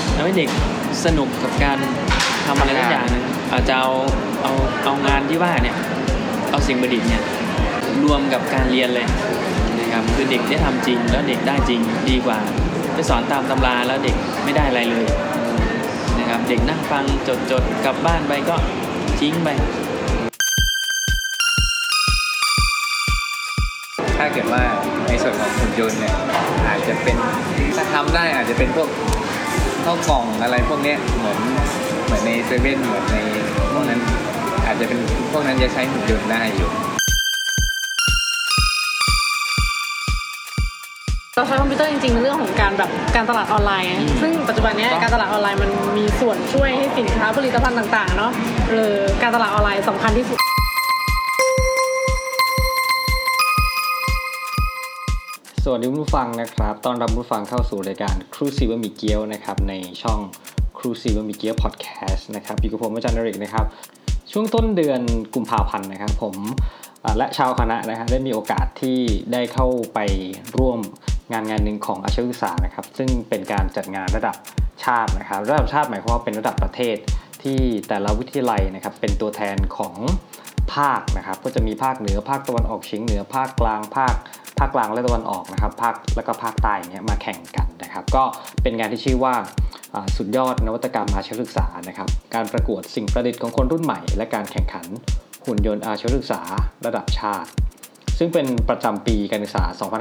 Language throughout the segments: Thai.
ทำให้เด็กสนุกกับการทำอะไรสักอย่างนึงอาจจะเอางานที่ว่าเนี่ยเอาสิ่งประดิษฐ์เนี่ยรวมกับการเรียนเลยนะครับคือเด็กได้ทำจริงแล้วเด็กได้จริงดีกว่าไปสอนตามตำราแล้วเด็กไม่ได้อะไรเลยนะครับเด็กนั่งฟังจดกลับบ้านไปก็ทิ้งไปถ้าเกิดว่าในส่วนของหุ่นยนต์เนี่ยอาจจะเป็นถ้าทำได้อาจจะเป็นพวกข้าวกล่องอะไรพวกนี้เหมือนในเซเว่นเหมือนในพวกนั้นอาจจะเป็นพวกนั้นจะใช้หุ่นยนต์ได้อยู่เราใช้คอมพิวเตอร์จริงๆในเรื่องของการตลาดออนไลน์ซึ่งปัจจุบันนี้การตลาดออนไลน์มันมีส่วนช่วยให้สินค้าผลิตภัณฑ์ต่างๆเนาะการตลาดออนไลน์สำคัญที่สุดสวัสดีผู้ฟังนะครับต้อนรับผู้ฟังเข้าสู่รายการครูซีบะหมี่เกี๊ยวนะครับในช่องครูซีบะหมี่เกี๊ยวพอดแคสต์นะครับอยู่กับผมอาจารย์นริกนะครับช่วงต้นเดือนกุมภาพันธ์นะครับผมและชาวคณะนะฮะได้มีโอกาสที่ได้เข้าไปร่วมงานหนึ่งของอาชีวศึกษานะครับซึ่งเป็นการจัดงานระดับชาตินะครับระดับชาติหมายความว่าเป็นระดับประเทศที่แต่ละวิทยาลัยนะครับเป็นตัวแทนของภาคนะครับก็จะมีภาคเหนือภาคตะวันออกเฉียงเหนือภาคกลางภาคกลางและตะวันออกนะครับแล้วก็ภาคใต้เนี่ยมาแข่งกันนะครับก็เป็นงานที่ชื่อว่าสุดยอดนวัตกรรมอาชีวศึกษานะครับการประกวดสิ่งประดิษฐ์ของคนรุ่นใหม่และการแข่งขันหุ่นยนต์อาชีวศึกษาระดับชาติซึ่งเป็นประจำปีการศึกษา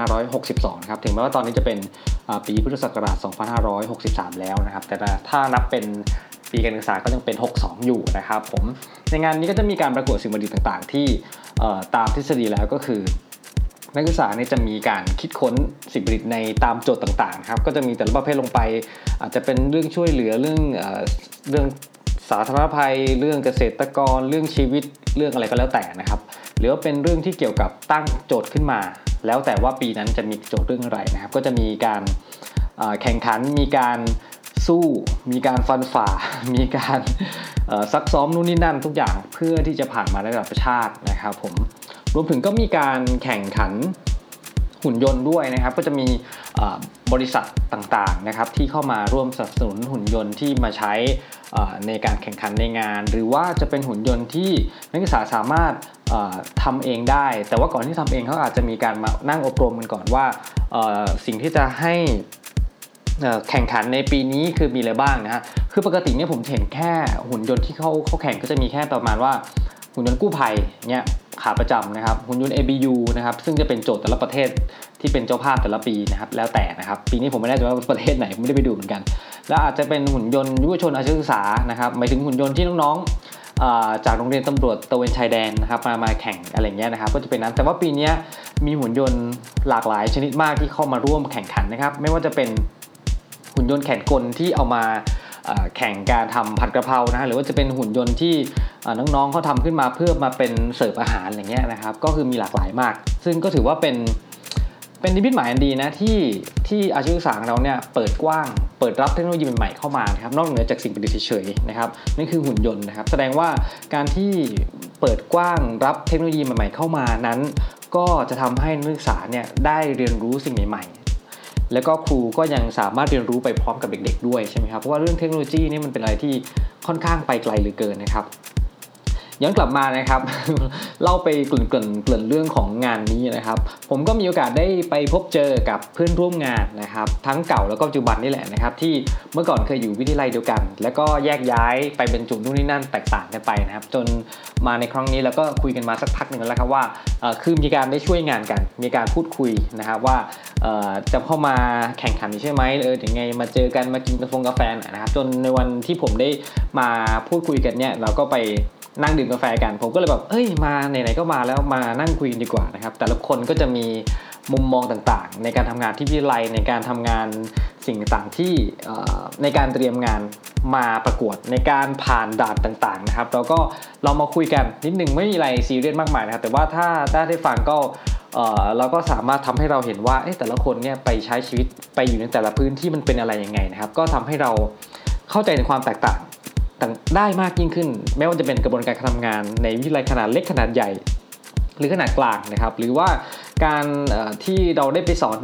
2562 นะครับถึงแม้ว่าตอนนี้จะเป็นปีพุทธศักราช 2563 แล้วนะครับแต่ถ้านับเป็นปีการศึกษาก็ยังเป็น 62 อยู่นะครับผมในงานนี้ก็จะมีการประกวดสิ่งประดิษฐ์ต่างๆที่ตามทฤษฎีแล้วก็คือนักศึกษาเนี่ยจะมีการคิดค้นสิ่งประดิษฐ์ในตามโจทย์ต่างๆครับก็จะมีแต่ละประเภทลงไปอาจจะเป็นเรื่องช่วยเหลือเรื่องสาธารณภัยเรื่องเกษตรกรเรื่องชีวิตเรื่องอะไรก็แล้วแต่นะครับหรือว่าเป็นเรื่องที่เกี่ยวกับตั้งโจทย์ขึ้นมาแล้วแต่ว่าปีนั้นจะมีโจทย์เรื่องอะไรนะครับก็จะมีการแข่งขันมีการสู้มีการฟันฝ่ามีการซักซ้อมนู่นนี่นั่นทุกอย่างเพื่อที่จะผ่านมาระดับชาตินะครับผมรวมถึงก็มีการแข่งขันหุ่นยนต์ด้วยนะครับก็จะมีบริษัทต่างๆนะครับที่เข้ามาร่วมสนับสนุนหุ่นยนต์ที่มาใช้ในการแข่งขันในงานหรือว่าจะเป็นหุ่นยนต์ที่นักศึกษาสามารถทำเองได้แต่ว่าก่อนที่ทำเองเขาอาจจะมีการมานั่งอบรมกันก่อนว่าสิ่งที่จะให้แข่งขันในปีนี้คือมีอะไรบ้างนะฮะคือปกติเนี่ยผมเห็นแค่หุ่นยนต์ที่เขาแข่งก็จะมีแค่ประมาณว่าหุ่นยนต์กู้ภัยเนี่ยขาประจำนะครับหุ่นยนต์ ABU นะครับซึ่งจะเป็นโจทย์แต่ละประเทศที่เป็นเจ้าภาพแต่ละปีนะครับแล้วแต่นะครับปีนี้ผมไม่แน่ใจว่าประเทศไหนผมไม่ได้ไปดูเหมือนกันแล้วอาจจะเป็นหุ่นยนต์ยุวชนอาชีวศึกษานะครับหมายถึงหุ่นยนต์ที่น้องๆจากโรงเรียนตำรวจตระเวนชายแดนนะครับมาแข่งอะไรเงี้ยนะครับก็จะเป็นนั้นแต่ว่าปีนี้มีหุ่นยนต์หลากหลายชนิดมากที่เข้ามาร่วมแข่งขันนะครับไม่ว่าจะเป็นหุ่นยนต์แขนกลที่เอามาแข่งการทำผัดกะเพรานะฮะหรือว่าจะเป็นหุ่นยนต์ที่น้องๆเขาทำขึ้นมาเพื่อมาเป็นเสิร์ฟอาหารอย่างเงี้ยนะครับก็คือมีหลากหลายมากซึ่งก็ถือว่าเป็นนิมิตหมายอันดีนะที่อาชีวศึกษาของเราเนี่ยเปิดกว้างเปิดรับเทคโนโลยีใหม่ๆเข้ามานะครับนอกเหนือจากสิ่งประดิษฐ์เฉยๆนะครับนั่นคือหุ่นยนต์นะครับแสดงว่าการที่เปิดกว้างรับเทคโนโลยีใหม่ๆเข้ามานั้นก็จะทำให้นักศึกษาเนี่ยได้เรียนรู้สิ่งใหม่ๆแล้วก็ครูก็ยังสามารถเรียนรู้ไปพร้อมกับเด็กๆด้วยใช่ไหมครับเพราะว่าเรื่องเทคโนโลยีนี่มันเป็นอะไรที่ค่อนข้างไปไกลเหลือเกินนะครับย้อนกลับมานะครับ เล่าไปเกริ่นเรื่องของงานนี้นะครับผมก็มีโอกาสได้ไปพบเจอกับเพื่อนร่วมงานนะครับทั้งเก่าแล้วก็ปัจจุบันนี่แหละนะครับที่เมื่อก่อนเคยอยู่วิทยาลัยเดียวกันแล้วก็แยกย้ายไปเป็นจุดนู่นนี่นั่นแตกต่างกันไปนะครับจนมาในครั้งนี้แล้วก็คุยกันมาสักพักหนึ่งแล้วครับว่าคือมีการได้ช่วยงานกันมีการพูดคุยนะครับว่าจะเข้ามาแข่งขันใช่ไหมถึงไงมาเจอกันมากินกาแฟนะครับจนในวันที่ผมได้มาพูดคุยกันเนี่ยเราก็ไปนั่งดื่มกาแฟกันผมก็เลยแบบมาไหนๆก็มาแล้วมานั่งคุยกันดีกว่านะครับแต่ละคนก็จะมีมุมมองต่างๆในการทำงานที่วิทยาลัยในการทำงานสิ่งต่างๆที่ในการเตรียมงานมาประกวดในการผ่านด่านต่างๆนะครับเรามาคุยกันนิดนึงไม่มีอะไรซีเรียสมากมายนะครับแต่ว่าถ้าได้ฟังก็เราก็สามารถทำให้เราเห็นว่าแต่ละคนเนี่ยไปใช้ชีวิตไปอยู่ในแต่ละพื้นที่มันเป็นอะไรยังไงนะครับก็ทำให้เราเข้าใจในความแตกต่างได้มากยิ่งขึ้นไม่ว่าจะเป็นกระบวนการทำงานในวิทยาลัยขนาดเล็กขนาดใหญ่หรือขนาดกลางนะครับหรือว่าการที่เราได้ไปสอนเด็ก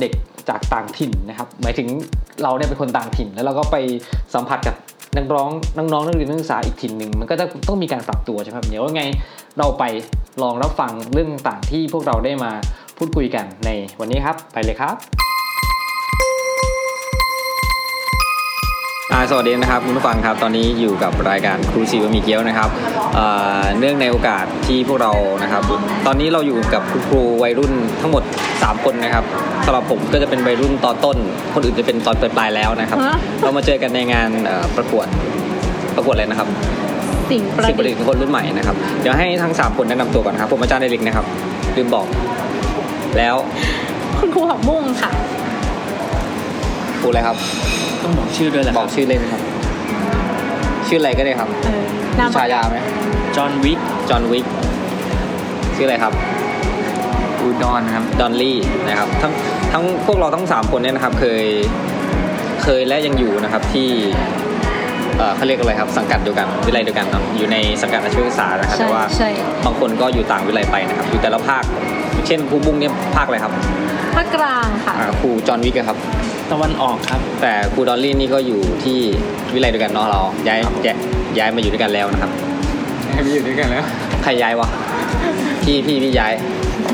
จากต่างถิ่นนะครับหมายถึงเราเนี่ยเป็นคนต่างถิ่นแล้วเราก็ไปสัมผัสกับน้องนักเรียนนักศึกษาอีกถิ่นนึงมันก็จะต้องมีการปรับตัวใช่ไหมครับเดี๋ยวยังไงเราไปลองรับฟังเรื่องต่างๆที่พวกเราได้มาพูดคุยกันในวันนี้ครับไปเลยครับสวัสดีนะครับคุณผู้ฟังครับตอนนี้อยู่กับรายการครูซีบะหมี่เกี๊ยวนะครับเนื่องในโอกาสที่พวกเรานะครับตอนนี้เราอยู่กับครูวัยรุ่นทั้งหมด3คนนะครับสำหรับผมก็จะเป็นวัยรุ่นตอนต้นคนอื่นจะเป็นตอนปลายแล้วนะครับเรามาเจอกันในงานประกวดอะไรนะครับสิ่งประดิษฐ์คนรุ่นใหม่นะครับเดี๋ยวให้ทั้ง3คนแนะนำตัวก่อนครับผมอาจารย์เดริกนะครับลืมบอกแล้วคุณครูหักบุ้งค่ะครูอะไรครับต้องบอกชื่อด้วยแหละบอกชื่อเลยไหมครับชื่ออะไรก็ได้ครับฉายาไหมจอห์นวิกชื่ออะไรครับอูดอนครับดอนลี่นะครับทั้งพวกเราทั้ง3คนเนี่ยนะครับเคยและยังอยู่นะครับที่เขาเรียกอะไรครับสังกัดเดียวกันวิทยาลัยเดียวกันเนาะอยู่ในสังกัดอาชีวศึกษานะครับแต่ว่าบางคนก็อยู่ต่างวิทยาลัยไปนะครับอยู่แต่ละภาคเช่นครูบุ้งเนี่ยภาคอะไรครับภาคกลางค่ะครูจอห์นวิกครับตะวันออกครับแต่ครูดอลลี่นี่ก็อยู่ที่วิทยาลัยเดียวกันเนาะเราย้ายมาอยู่ด้วยกันแล้วนะครับมาอยู่ด้วยกันแล้วใครย้ายวะพี่ย้าย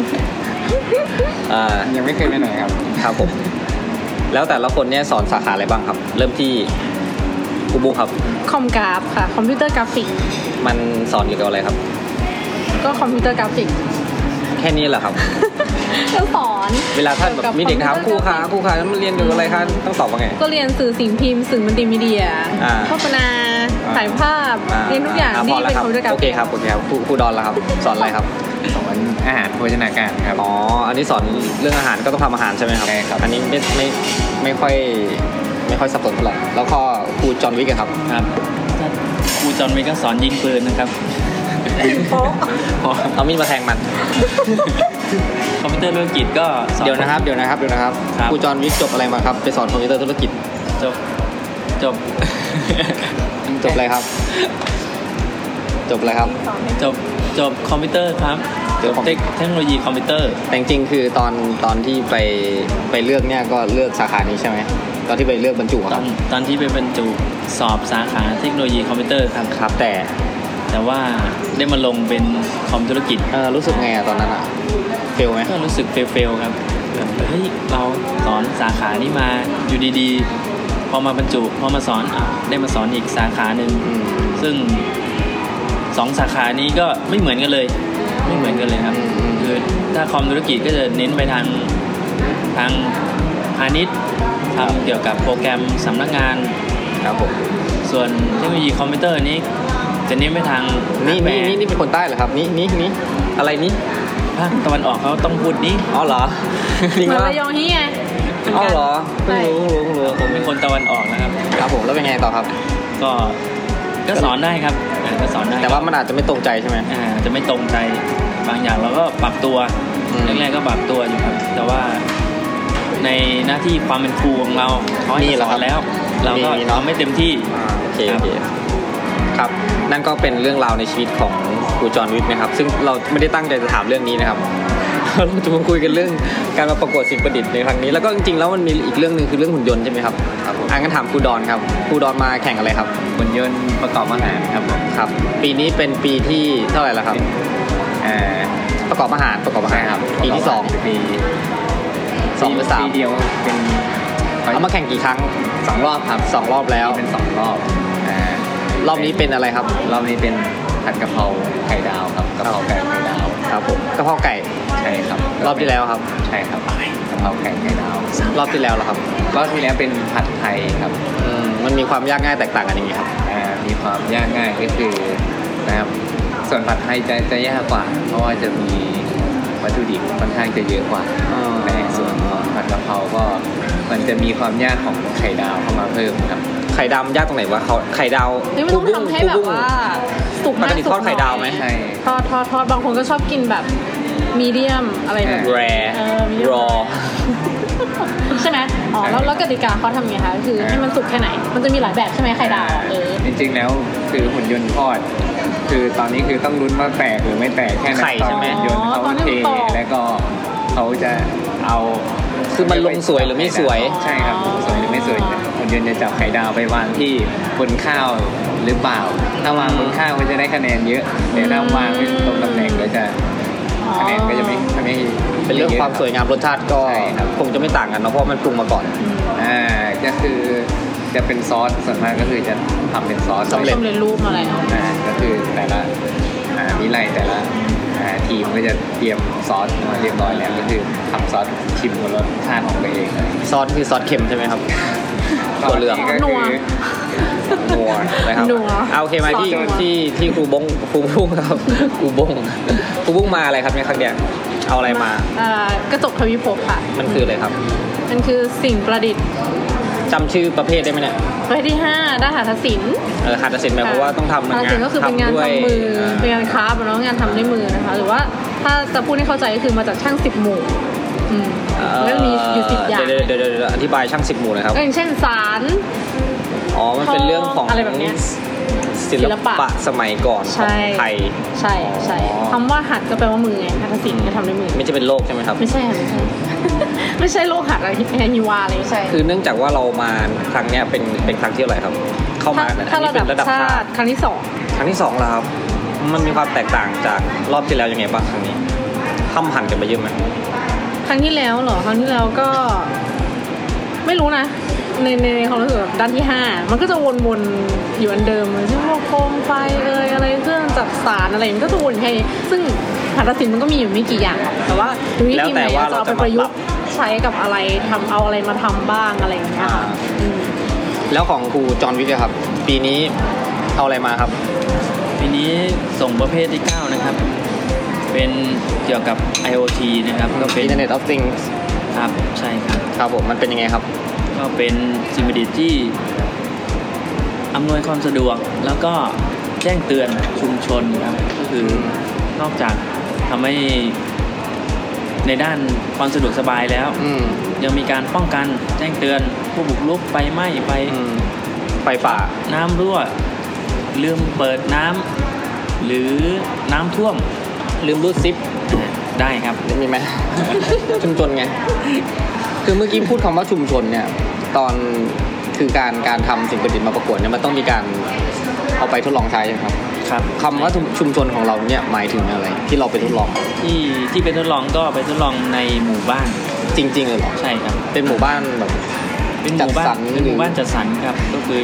ยังไม่เคยไปไหนครับครับผมแล้วแต่ละคนเนี่ยสอนสาขาอะไรบ้างครับเริ่มที่ครูบุ๊กครับคอมกราฟค่ะคอมพิวเตอร์กราฟิกมันสอนเกี่ยวกับอะไรครับก็คอมพิวเตอร์กราฟิกแค่นี้เหรอครับก็สอนเวลาท่านแบบมีเด็กถามครูคะมันเรียนเกี่ยวกับอะไรคะต้องตอบว่าไงก็เรียนสื่อสิ่งพิมพ์สื่อมัลติมีเดียโฆษณาถ่ายภาพเรียนทุกอย่างนี่เป็นคอมพิวเตอร์กราฟิกโอเคครับครูดอนแล้วครับสอนอะไรครับสอนอาหารโภชนาการครับอ๋ออันนี้สอนเรื่องอาหารก็ต้องทำอาหารใช่ไหมครับใช่ครับอันนี้ไม่ค่อยสับสนเท่าไหร่แล้วก็ครูจอห์นวิกครับครูจอห์นวิกก็สอนยิงปืนนะครับเอามีดมาแทงมันคอมพิวเตอร์ธุรกิจก็เดี๋ยวนะครับครูจอห์นวิกจบอะไรมาครับไปสอนคอมพิวเตอร์ธุรกิจจบอะไรครับจบอะไรครับจบคอมพิวเตอร์ครับจบเทคโนโลยีคอมพิวเตอร์แต่จริงๆคือตอนที่ไปเลือกเนี่ยก็เลือกสาขานี้ใช่ไหมตอนที่ไปเลือกบรรจุครับตอนที่ไปบรรจุสอบสาขาเทคโนโลยีคอมพิวเตอร์ครับแต่ว่าได้มาลงเป็นคอมธุรกิจรู้สึกไงตอนนั้นเฟลไหมก็รู้สึกเฟลครับเฮ้ยเราสอนสาขานี้มาอยู่ดีๆพอมาบรรจุพอมาสอนได้มาสอนอีกสาขานึงซึ่ง2สาขานี้ก็ไม่เหมือนกันเลยครับคือถ้าคอมธุรกิจก็จะเน้นไปทางพาณิชย์ทำเกี่ยวกับโปรแกรมสำนักงานครับผมส่วนเทคโนโลยีคอมพิวเตอร์นี้จะเน้นไปทางนี่เป็นคนใต้เหรอครับนี่อะไรนี่ภาคตะวันออกเขาต้องพูดนี้อ๋อเหรอจริงเหรอระยองนี่ไงอ๋อเหรอเพิ่งรู้ผมเป็นคนตะวันออกนะครับครับผมแล้วเป็นไงต่อครับก็สอนได้ครับก็สอนได้แต่ว่ามันอาจจะไม่ตรงใจใช่ไหมจะไม่ตรงใจบางอย่างเราก็ปรับตัวแรกๆก็ปรับตัวอยู่ครับแต่ว่าในหน้าที่ความเป็นครูของเราเขาให้สอนแล้วเราก็ทำไม่เต็มที่โอเคครับนั่นก็เป็นเรื่องราวในชีวิตของครูจอห์นวิกนะครับซึ่งเราไม่ได้ตั้งใจจะถามเรื่องนี้นะครับเราจะมาคุยกันเรื่องการมาประกวดสิ่งประดิษฐ์ในครั้งนี้แล้วก็จริงๆแล้วมันมีอีกเรื่องนึงคือเรื่องหุ่นยนต์ใช่ไหมครับงั้นถามครูดอนครับครูดอนมาแข่งอะไรครับหุ่นยนต์ประกอบอาหารครับปีนี้เป็นปีที่เท่าไหร่แล้วครับประกอบอาหารครับปีที่2 ปี 2หรือ3 ปีเดียวเป็นเอามาแข่งกี่ครั้ง 2รอบครับ 2รอบแล้วเป็น2รอบรอบนี้เป็นอะไรครับรอบนี้เป็นผัดกะเพราไข่ดาวครับกะเพราไก่ไข่ดาวครับผมกะเพราไก่ใช่ครับรอบที่แล้วครับใช่ครับกะเพราไก่ไข่ดาวรอบที่แล้วเหรอครับรอบที่แล้วเป็นผัดไทยครับมันมีความยากง่ายแตกต่างกันยังไงครับมีความยากง่ายก็คือนะครับส่วนผัดไทยจะยากกว่าเพราะว่าจะมีวัตถุดิบค่อนข้างจะเยอะกว่าในส่วนผัดกะเพราก็มันจะมีความยากของไข่ดาวเข้ามาเพิ่มครับไข่ดาวยากตรงไหนวะไข่ดาวนี่มันต้องทำให้แบบว่าสุกมากสุกทอดไข่ดาวไหมใช่ทอดบางคนก็ชอบกินแบบมีเดียมอะไรแบบแรรอใช่ไหมแล้วกติกาเขาทำไงคะคือให้มันสุกแค่ไหนมันจะมีหลายแบบใช่ไหมไข่ดาวจริงๆแล้วคือหุ่นยนต์ทอดคือตอนนี้คือต้องลุ้นว่าแตกหรือไม่แตกแค่ไหนใช่ไหมหุ่นยนต์เขาเทแล้วก็เขาจะเอาคือมันลงสวยหรือไม่สวยใช่ครับสวยหรือไม่สวยหุ่นยนต์จะจับไข่ดาวไปวางที่บนข้าวหรือเปล่าถ้าวางบนข้าวก็จะได้คะแนนเยอะแต่ถ้าวางไม่ตรงตำแหน่งก็จะคะแนนก็จะไม่เป็นเรื่องความสวยงามรสชาติก็คงจะไม่ต่างกันเนาะเพราะมันปรุงมาก่อนก็คือจะเป็นซอสส่วนมากก็คือจะทำเป็นซอสสำเร็จรูปอะไรก็คือแต่ละวิไลแต่ละทีมก็จะเตรียมซอสมาเรียบร้อยแล้วก็คือทำซอสชิมรสชาติของตัวเองซอสคือซอสเค็มใช่ไหมครับตัวเหลืองก็คือนัวนะครับโอเคมาที่ครูบุ้งครับครูบุ้งมาอะไรครับเนี่ยครั้งเนี้ยเอาอะไรมากระจกทวิภพค่ะมันคืออะไรครับมันคือสิ่งประดิษฐ์จำชื่อประเภทได้ไหมเนี่ยประเภทที่5ด้านหัตถศิลป์หัตถศิลป์หมายความว่าต้องทำงานก็คือเป็นงานทำมือเป็นงานคราฟต์เนาะงานทำด้วยมือนะคะหรือว่าถ้าจะพูดให้เข้าใจก็คือมาจากช่าง10หมู่แล้วมีอยู่10อย่างเดี๋ยวอธิบายช่าง10หมู่เลยครับอย่างเช่นสารมันเป็นเรื่องของอะไรแบบนี้ศิลปะสมัยก่อนของไทยใช่คำว่าหัตถ์ก็แปลว่ามือไงหัตถศิลป์ก็ทำด้วยมือไม่ใช่เป็นโลกใช่ไหมครับไม่ใช่ไม่ใช่โลกหัตถ์อะไรฮิวาเลยไม่ใช่คือเนื่องจากว่าเรามาครั้งนี้เป็นครั้งที่เท่าไหร่ครับเข้ามาถ้าระดับชาติครั้งที่ 2แล้วครับมันมีความแตกต่างจากรอบที่แล้วยังไงบ้างครั้งนี้ห้ำหั่นกันไปเยอะไหมครั้งที่แล้วเหรอครั้งที่แล้วก็ไม่รู้นะในความรู้สึกแบบด้านที่5มันก็จะวนๆอยู่อันเดิมเลยเช่นพวกโคมไฟอะไรเครื่องจักสานอะไรมันก็จะวนแค่นี้ซึ่งหัตถศิลป์มันก็มีอยู่ไม่กี่อย่างแต่ว่าวิธีไหนจะเอาไปประยุกต์ใช้กับอะไรทำเอาอะไรมาทำบ้างอะไรอย่างเงี้ยแล้วของครูจอห์นวิทย์ครับปีนี้เอาอะไรมาครับปีนี้ส่งประเภทที่9นะครับเป็นเกี่ยวกับ IoT นะครับก็เป็น Internet of Things ครับใช่ครับครับผมมันเป็นยังไงครับก็เป็นสิ่งประดิษฐ์ที่อำนวยความสะดวกแล้วก็แจ้งเตือนชุมชนครับก็คือนอกจากทำให้ในด้านความสะดวกสบายแล้วยังมีการป้องกันแจ้งเตือนผู้บุกรุกไฟไหม้ไฟป่าน้ำรั่วลืมเปิดน้ำหรือน้ำท่วมลืมรูดซิปได้ครับมีไหม ชุมชนไงคือเมื่อกี้พูดคำว่าชุมชนเนี่ยตอนคือการทำสิ่งประดิษฐ์มาประกวดเนี่ยมันต้องมีการเอาไปทดลองใช้ใช่ไหมครับครับคำว่าชุมชนของเราเนี่ยหมายถึงอะไรที่เราไปทดลองที่ไปทดลองก็ไปทดลองในหมู่บ้านจริงๆเลยเหรอใช่ครับเป็นหมู่บ้านแบบเป็นหมู่บ้านจัดสรรครับก็คือ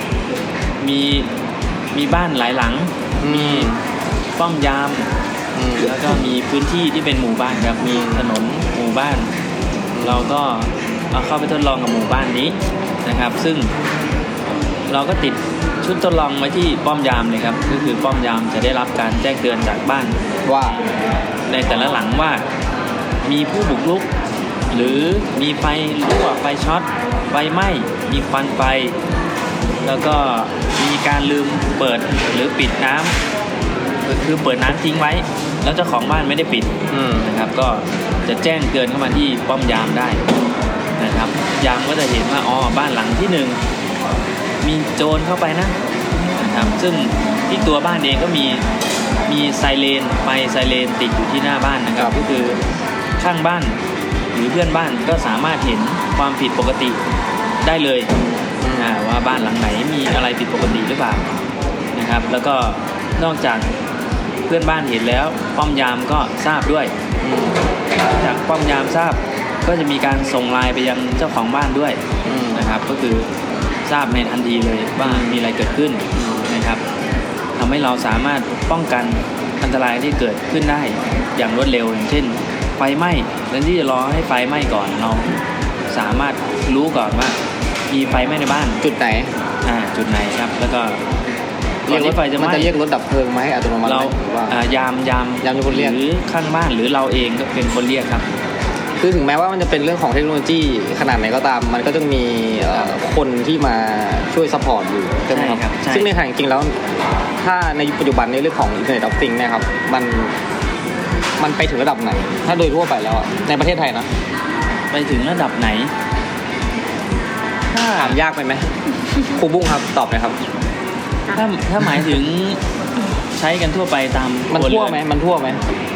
มีบ้านหลายหลังมีป้อมยามแล้วก็มีพื้นที่ที่เป็นหมู่บ้านครับมีถนนหมู่บ้านเราก็เอาเข้าไปทดลองกับหมู่บ้านนี้นะครับซึ่งเราก็ติดชุดทดลองไว้ที่ป้อมยามเลยครับก็คือป้อมยามจะได้รับการแจ้งเตือนจากบ้านว่าในแต่ละหลังว่ามีผู้บุกรุกหรือมีไฟรั่วไฟช็อตไฟไหม้มีควันไฟแล้วก็มีการลืมเปิดหรือปิดน้ำคือเปิดน้ำทิ้งไว้แล้วเจ้าของบ้านไม่ได้ปิดนะครับก็จะแจ้งเตือนเข้ามาที่ป้อมยามได้นะครับยามก็จะเห็นว่าบ้านหลังที่1มีโจรเข้าไปนะครับซึ่งที่ตัวบ้านเองก็มีไซเรนไฟไซเรนติดอยู่ที่หน้าบ้านนะครับก็คือข้างบ้านหรือเพื่อนบ้านก็สามารถเห็นความผิดปกติได้เลยว่าบ้านหลังไหนมีอะไรผิดปกติหรือเปล่านะครับแล้วก็นอกจากเพื่อนบ้านเห็นแล้วป้อมยามก็ทราบด้วยจากป้อมยามทราบก็จะมีการส่งไลน์ไปยังเจ้าของบ้านด้วยนะครับก็คือทราบในทันทีเลยว่ามีอะไรเกิดขึ้นนะครับทำให้เราสามารถป้องกันอันตรายที่เกิดขึ้นได้อย่างรวดเร็วอย่างเช่นไฟไหม้แทนที่จะรอให้ไฟไหม้ก่อนเราสามารถรู้ก่อนว่ามีไฟไหม้ในบ้านจุดไหนครับแล้วก็มันจะเรียกรถดับเพลิงมาให้อัตโนมัติเรายามเป็นคนเรียกหรือข้างบ้านหรือเราเองก็เป็นคนเรียกครับคือถึงแม้ว่ามันจะเป็นเรื่องของเทคโนโลยีขนาดไหนก็ตามมันก็ต้องมีคนที่มาช่วยซัพพอร์ตอยู่ใช่ไหมครับซึ่งในทางจริงแล้วถ้าในปัจจุบันในเรื่องของ Internet of Things เนี่ยครับมันไปถึงระดับไหนถ้าโดยทั่วไปแล้วในประเทศไทยนะไปถึงระดับไหนถามยากไปไหมครูบุ้งครับตอบหน่อยครับถ้าหมายถึงใช้กันทั่วไปตามมันทั่วไหม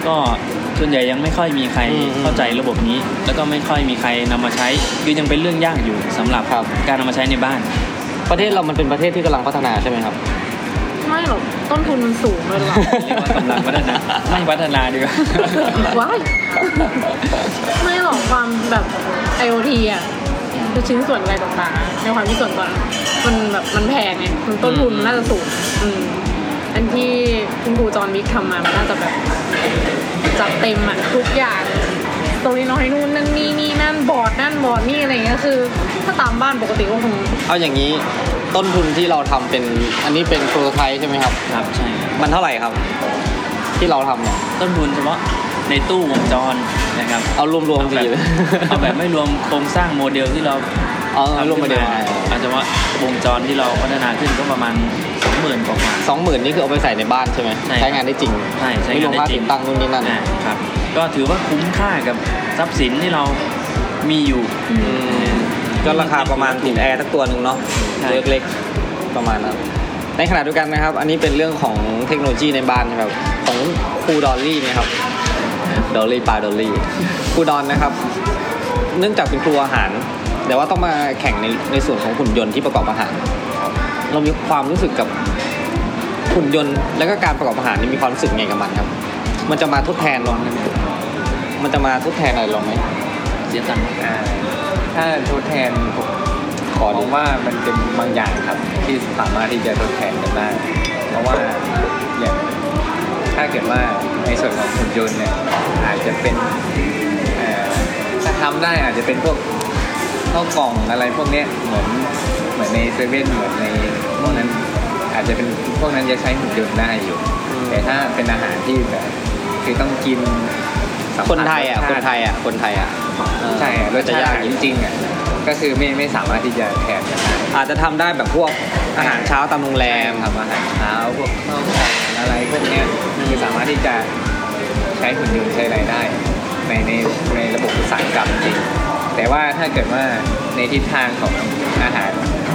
ก็ส่วนใหญ่ยังไม่ค่อยมีใครเข้าใจระบบนี้แล้วก็ไม่ค่อยมีใครนำมาใช้คือยังเป็นเรื่องยากอยู่สำหรับการนำมาใช้ในบ้านประเทศเรามันเป็นประเทศที่กำลังพัฒนาใช่ไหมครับไม่หรอกต้นทุนมันสูงเลยหรอเรียกว่ากำลังพัฒนาไม่พัฒนาดีกว่าว้ายไม่หรอกความแบบ IoT อ่ะชิ้นส่วนอะไรต่างๆในความที่ส่วนตัวมันแพงไงมันต้นทุนน่าจะสูงอันที่คุณครูจอห์นบิ๊กทำมามันน่าจะแบบจัดเต็มอ่ะทุกอย่างตรงนี้น้อยนู่นนั่นนี่นั่นบอร์ดนี่อะไรเงี้ยคือถ้าตามบ้านปกติก็คงเอาอย่างนี้ต้นทุนที่เราทำเป็นอันนี้เป็นโปรโตไทป์ใช่ไหมครับครับใช่มันเท่าไหร่ครับที่เราทำเนี่ยต้นทุนเฉพาะในตู้วงจรนะครับเอารวมๆสิเอาแบบไม่รวมโครงสร้างโมเดลที่เรารวมโมเดลอาจจะว่าวงจรที่เราพัฒนาขึ้นก็ประมาณ 20,000 กว่า 20,000 นี่คือเอาไปใส่ในบ้านใช่ไหมใช้งานได้จริงใช่ใช้งานได้จริงตั้งนู่นนี่นั่นครับก็ถือว่าคุ้มค่ากับทรัพย์สินที่เรามีอยู่ก็ราคาประมาณติดแอร์สักตัวนึงเนาะเล็กๆประมาณนั้นในขณะเดียวกันนะครับอันนี้เป็นเรื่องของเทคโนโลยีในบ้านนะครับของครูดอลลี่นะครับดอลลี่ปลาดอลลี่ครูดอนนะครับเนื่องจากเป็นครูอาหารแต่ว่าต้องมาแข่งในส่วนของหุ่นยนต์ที่ประกอบอาหารเรามีความรู้สึกกับหุ่นยนต์และก็การประกอบอาหารนี่มีความรู้สึกไงกับมันครับมันจะมาทดแทนเรามันจะมาทดแทนอะไรเราไหมเสียตังค์ถ้าทดแทนขอบอกว่ามันเป็นบางอย่างครับที่สามารถที่จะทดแทนกันได้เพราะว่าอย่างถ้าเกิดว่าในส่วนของหุ่นยนต์เนี่ยอาจจะเป็นถ้าทำได้อาจจะเป็นพวกข้าวกล่องอะไรพวกนี้เหมือนในเซเว่นเหมือนในพวกนั้นอาจจะเป็นพวกนั้นจะใช้หุ่นยนต์ได้อยู่แต่ถ้าเป็นอาหารที่แบบคือต้องกินคนไทยอ่ะใช่รสชาติจริงๆอ่ะก็คือไม่สามารถที่จะแทนกันได้อาจจะทำได้แบบพวกอาหารเช้าตามโรงแรมทำอาหารเช้าพวกข้าวกล่องอะไรพวกนี้คือสามารถที่จะใช้หุ่นยนต์ใช้อะไรได้ในระบบอุตสาหกรรมจริงแต่ว่าถ้าเกิดว่าในทิศทางของอาหาร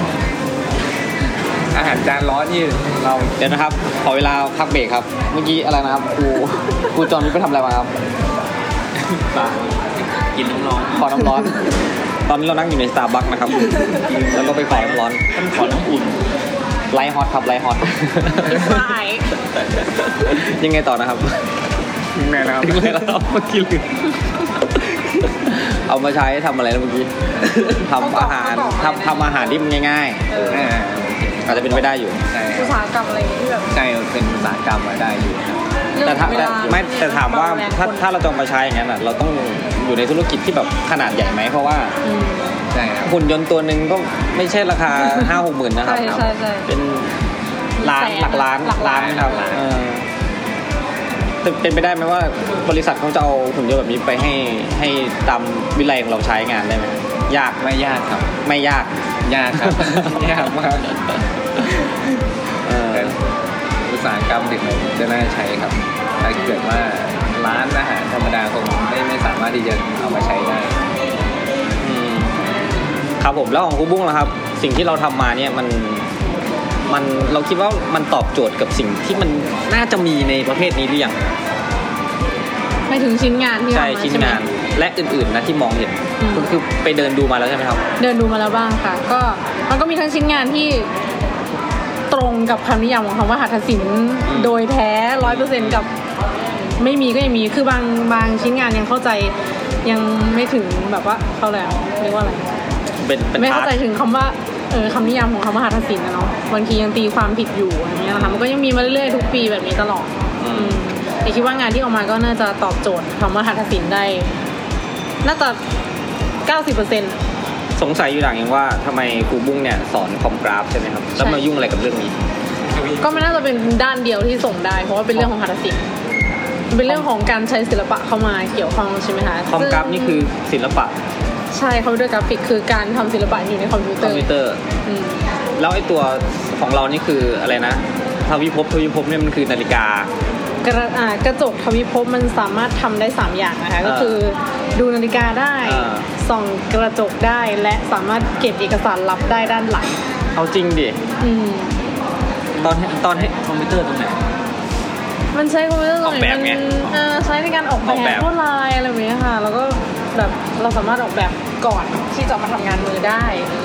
จานร้อนนี่เราเดี๋ยวนะครับขอเวลาพักเบรกครับเมื่อกี้อะไรนะครับครูจอห์นไปทำอะไรมาครับกินน้ำร้อนขอน้ำร้อนตอนนี้เรานั่งอยู่ใน Starbucks นะครับแล้วก็ไปขอน้ำร้อนขอน้ำอุ่นไลท์ฮอตครับไลท์ฮอตยังไงต่อนะครับยังไงแล้วเมื่อกี้ลืมเอามาใช้ทำอะไรนะเมื่อกี้ทำอาหารที่มันง่ายๆอาจจะเป็นไปได้อยู่อุตสาหกรรมอะไรที่แบบใช่เป็นอุตสาหกรรมมาได้อยู่แต่ถามว่าถ้าเราจะมาใช้อย่างนั้นเราต้องอยู่ในธุรกิจที่แบบขนาดใหญ่ไหมเพราะว่าใช่ครับหุ่นยนต์ตัวนึงก็ไม่ใช่ราคา 5-6 หมื่นนะครับเป็นล้านหลักล้านนะครับเป็นไปได้ไหมว่าบริษัทเขาจะเอาหุ่นยนต์แบบนี้ไปให้ตามวิไลของเราใช้งานได้ไหมยากไม่ยากครับไม่ยากครับยากมากอุตสาหกรรมเด็กจะน่าใช้ครับถ้าเกิดว่าร้านอาหารธรรมดาคงไม่สามารถที่จะเอามาใช้ได้ครับผมแล้วของครูบุ้งล่ะครับสิ่งที่เราทำมาเนี่ยมันเราคิดว่ามันตอบโจทย์กับสิ่งที่มันน่าจะมีในประเภทนี้หรือยังไม่ถึงชิ้นงานที่ใช่ชิ้นงานและอื่นๆนะที่มองเห็นคือไปเดินดูมาแล้วใช่ไหมครับเดินดูมาแล้วบ้างค่ะก็มันก็มีทั้งชิ้นงานที่ตรงกับคำนิยามของคำว่าหัตถศิลป์โดยแท้ 100% กับไม่มีก็ยังมีคือบางชิ้นงานยังเข้าใจยังไม่ถึงแบบว่าเขาแล้วเรียกว่าอะไรไม่เข้าใจถึงคำว่าคำนิยามของคำว่าหัตถศิลป์นะเนาะบางทียังตีความผิดอยู่อย่างเงี้ยนะคะมันก็ยังมีมาเรื่อยๆทุกปีแบบนี้ตลอดแต่คิดว่างานที่ออกมาก็น่าจะตอบโจทย์คำว่าหัตถศิลป์ได้น่าจะ 90% สงสัยอยู่อย่างนึงว่าทำไมครูบุ้งเนี่ยสอนคอมกราฟใช่ไหมครับแล้วมายุ่งอะไรกับเรื่องนี้ก็ไม่น่าจะเป็นด้านเดียวที่ส่งได้เพราะว่าเป็นเรื่องของหัตถศิลป์เป็นเรื่องของการใช้ศิลปะเข้ามาเกี่ยวข้องใช่ไหมคะคอมกราฟนี่คือศิลปะใช่คอมพิวเตอร์กราฟิกคือการทำศิลปะอยู่ในคอมพิวเตอร์แล้วไอ้ตัวของเรานี่คืออะไรนะทวิภพเนี่ยมันคือนาฬิกากระจกทวิภพมันสามารถทำได้3อย่างนะคะก็คือดูนาฬิกาได้ส่องกระจกได้และสามารถเก็บเอกสารลับได้ด้านหลังเอาจริงดิตอนให้คอมพิวเตอร์ตรงไหนมันใช้คอมพิวเตอร์ตัวไหนมันใช้ในการออกแบบลวดลายอะไรแบบนี้ค่ะแล้วก็แบบเราสามารถออกแบบก่อนที่จะมาทำงานมือได้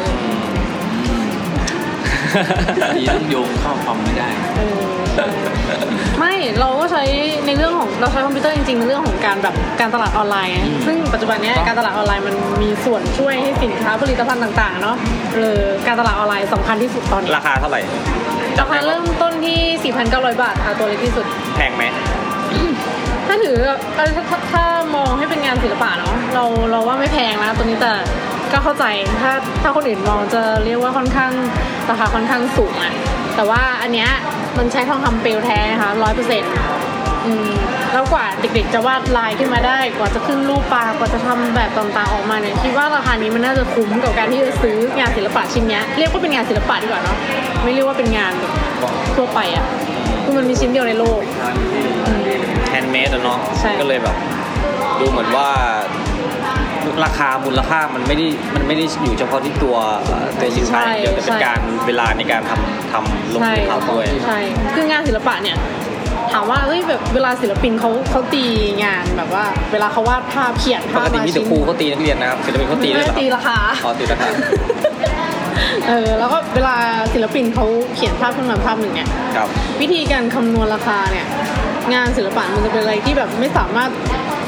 นี่ต้องโยงเข้าคอมไม่ได้ไม่เราก็ใช้ในเรื่องของเราใช้คอมพิวเตอร์จริงๆในเรื่องของการแบบการตลาดออนไลน์ซึ่งปัจจุบันนี้การตลาดออนไลน์มันมีส่วนช่วยให้สินค้าผลิตภัณฑ์ต่างๆเนาะการตลาดออนไลน์สำคัญที่สุดตอนนี้ราคาเท่าไหร่ราคาเริ่มต้นที่ 4,900 บาทค่ะตัวเล็กที่สุดแพงไหมถ้าถือถ้ามองให้เป็นงานศิลปะเนาะเราว่าไม่แพงนะตัวนี้แต่ก็เข้าใจถ้าคนอื่นมองจะเรียกว่าค่อนข้างราคาค่อนข้างสูงอะแต่ว่าอันเนี้ยมันใช้ทองคำเปลวแท้นะคะ 100%แล้วกว่าเด็กๆจะวาดลายขึ้นมาได้กว่าจะขึ้นรูปปลากว่าจะทำแบบต่างๆออกมาเนี่ยคิดว่าราคานี้มันน่าจะคุ้มกับการที่จะซื้องานศิลปะชิ้นนี้เรียกว่าเป็นงานศิลปะดีกว่าเนาะไม่เรียกว่าเป็นงานทั่วไปอ่ะคือมันมีชิ้นเดียวในโลกแฮนด์เมดเนาะก็เลยแบบดูเหมือนว่าราคามูลค่ามันไม่ได้อยู่เฉพาะที่ตัวสินค้าเดียวแต่เป็นการเวลาในการทำลงมือทำด้วยใช่คืองานศิลปะเนี่ยถามว่าเฮ้ยแบบเวลาศิลปินเขาตีงานแบบว่าเวลาเขาวาดภาพเขียนภาพปกติมีแต่ครูเขาตีนักเรียนนะครับศิลปินเขาตีด้วยเหรอตีราคาตีราคาแล้วก็เวลาศิลปินเขาเขียนภาพขึ้นมาภาพหนึ่งเนี่ยวิธีการคำนวณราคาเนี่ยงานศิลปะมันจะเป็นอะไรที่แบบไม่สามารถ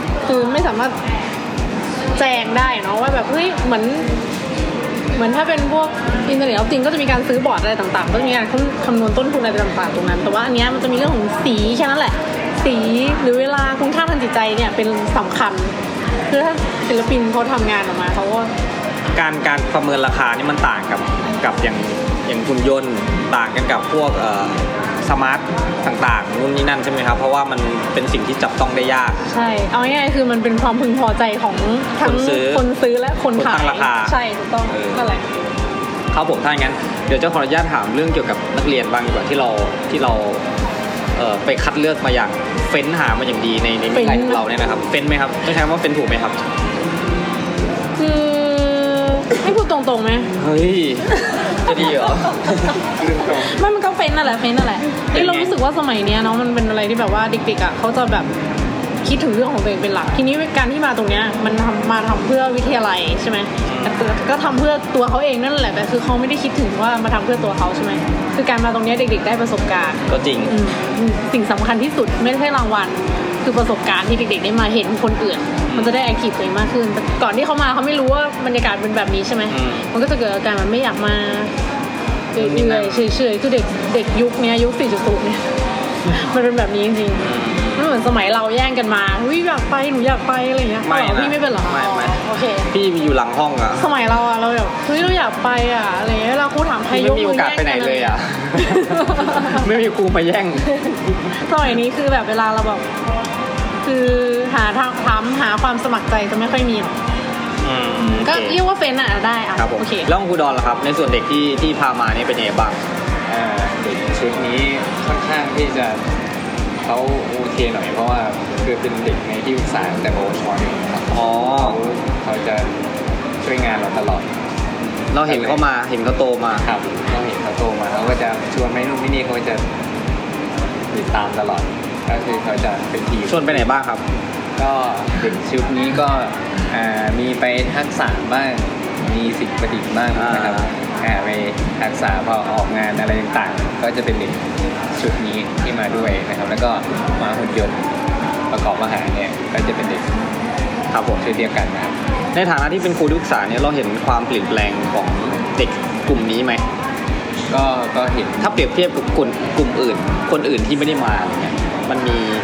แจ้งได้เนาะว่าแบบเฮ้ยเหมือนถ้าเป็นพวกอินเทอร์เน็ตจริงก็จะมีการซื้อบอร์ดอะไรต่างๆก็มีการคำนวณต้นทุนอะไรต่างๆตรงนั้นแต่ว่าอันเนี้ยมันจะมีเรื่องของสีแค่นั้นแหละสีหรือเวลาคุณค่าทางจิตใจเนี่ยเป็นสำคัญคือถ้าศิลปินเขาทำงานออกมาเขาก็การประเมินราคานี่มันต่างกับอย่างหุ่นยนต์ต่างกันกับพวกสมาร์ทต่างๆนู่นนี่นั่นใช่ไหมครับเพราะว่ามันเป็นสิ่งที่จับต้องได้ยากใช่เอาง่ายๆคือมันเป็นความพึงพอใจของทั้งคนซื้อและคนขายใช่ถูกต้องนั่นแหละครับผมถ้าอย่างนั้นเดี๋ยวจะขออนุญาตถามเรื่องเกี่ยวกับนักเรียนบ้างดีกว่าที่เราไปคัดเลือกมาอย่างเฟ้นหามาอย่างดีในวิทยาลัยของเราเนี่ยนะครับเฟ้นไหมครับต้องใช้คำว่าเฟ้นถูกไหมครับคือให้พูดตรงๆไหมเฮ้ยจะดีเหรอมันก็เฟ้นนั่นแหละเรารู้สึกว่าสมัยนี้เนาะมันเป็นอะไรที่แบบว่าเด็กๆอ่ะเขาจะแบบคิดถึงเรื่องของตัวเองเป็นหลักทีนี้การที่มาตรงเนี้ยมันมาทำเพื่อวิทยาลัยใช่ไหมก็ทำเพื่อตัวเขาเองนั่นแหละแต่คือเขาไม่ได้คิดถึงว่ามาทำเพื่อตัวเขาใช่ไหมคือการมาตรงนี้เด็กๆได้ประสบการณ์ก็จริงสิ่งสำคัญที่สุดไม่ใช่รางวัลคือประสบการณ์ที่เด็กๆได้มาเห็นคนอื่นมันจะได้แอคทีฟตัวเองมากขึ้นแต่ก่อนที่เขามาเขาไม่รู้ว่าบรรยากาศเป็นแบบนี้ใช่ไหมมันก็จะเกิดอาการมันไม่อยากมาเฉยๆคือเด็กยุคนี้ยุค 4.0 เนี่ยมันเป็นแบบนี้จริงๆไม่เหมือนสมัยเราแย่งกันมาอยากไปหนูอยากไปอะไรอย่างเงี้ยพี่ไม่เป็นหรอไม่โอเคพี่มีอยู่หลังห้องอะสมัยเราอะเราแบบเราอยากไปอะอะไรเงี้ยเราครูถามใครยกมือแย่งไม่มีโอกาสไปไหนเลยอะไม่มีครูมาแย่งสมัยนี้คือแบบเวลาเราแบบคือหาความสมัครใจจะไม่ค่อยมีหรอกก็เรียกว่าเฟ้นอะได้อะโอเคแล้วครูดอนล่ะครับในส่วนเด็กที่พามานี่เป็นยังไงบ้างเด็กชุดนี้ค่อนข้างที่จะเขาโอเคหน่อยเพราะว่าคือเป็นเด็กในที่ปรึกษาแต่โอชอนครับเขาจะช่วยงานเราตลอดเราเห็นเขาโตมาครับเราเห็นเขาโตมาเขาก็จะชวนไปนู่นไปนี่เขาจะติดตามตลอดก็คือเขาจะเป็นทีมชวนไปไหนบ้างครับก็เด็กชุดนี้ก็มีไปทักษะบ้างมีสิ่งประดิษฐ์บ้างนะครับไปทักษะพอออกงานอะไรต่างๆก็จะเป็นเด็กชุดนี้ที่มาด้วยนะครับแล้วก็มาหุ่นยนต์ประกอบอาหารเนี่ยก็จะเป็นเด็กครับผมชุดเดียวกันนะครับในฐานะที่เป็นครูศึกษาเนี่ยเราเห็นความเปลี่ยนแปลงของเด็กกลุ่มนี้ไหมก็เห็นถ้าเปรียบเทียบกับกลุ่มอื่นคนอื่นที่ไม่ได้มาเนี่ยมัน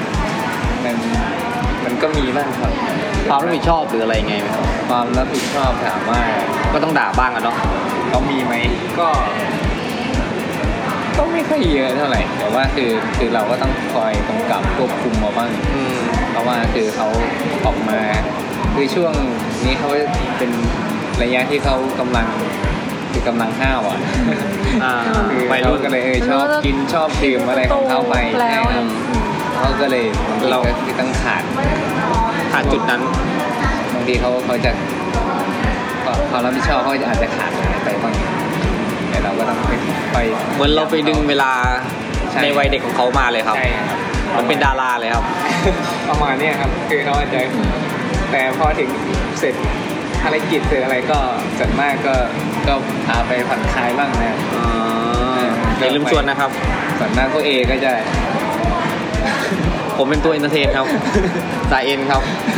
ก็มีบ้างครับความรับผิดชอบหรืออะไรไงไหมครับความรับผิดชอบถามว่าก็ต้องด่าบ้างอะเนาะเขามีไหมก็ไม่ค่อยเยอะเท่าไหร่แต่ว่าคือเราก็ต้องคอยกำกับควบคุมมาบ้างเพราะว่าคือเขาออกมาคือช่วงนี้เขาเป็นระยะที่เขากำลังห้าวอ่ะคือไปรุ่นก็เลยชอบกินชอบดื่มอะไรของเขาไปใช่ครับเขาก็เลยเราคือต้องขาดจุดนั้นบางทีเขาจะความรับผิดชอบเขาอาจจะขาดไปบ้างแต่เราก็ต้องไปเหมือนเราไปดึงเวลาในวัยเด็กของเขามาเลยครับใช่ครับมันเป็นดาราเลยครับประมาณนี้ครับคือเขาอาจจะแต่พอถึงเสร็จภารกิจเสร็จอะไรก็ส่วนมากก็พาไปผ่อนคลายบ้างนะอย่าลืมชวนนะครับส่วนมากพวกเอก็จะผมเป็นตัวเอนเตอร์เทนครับสายเอ็นครับ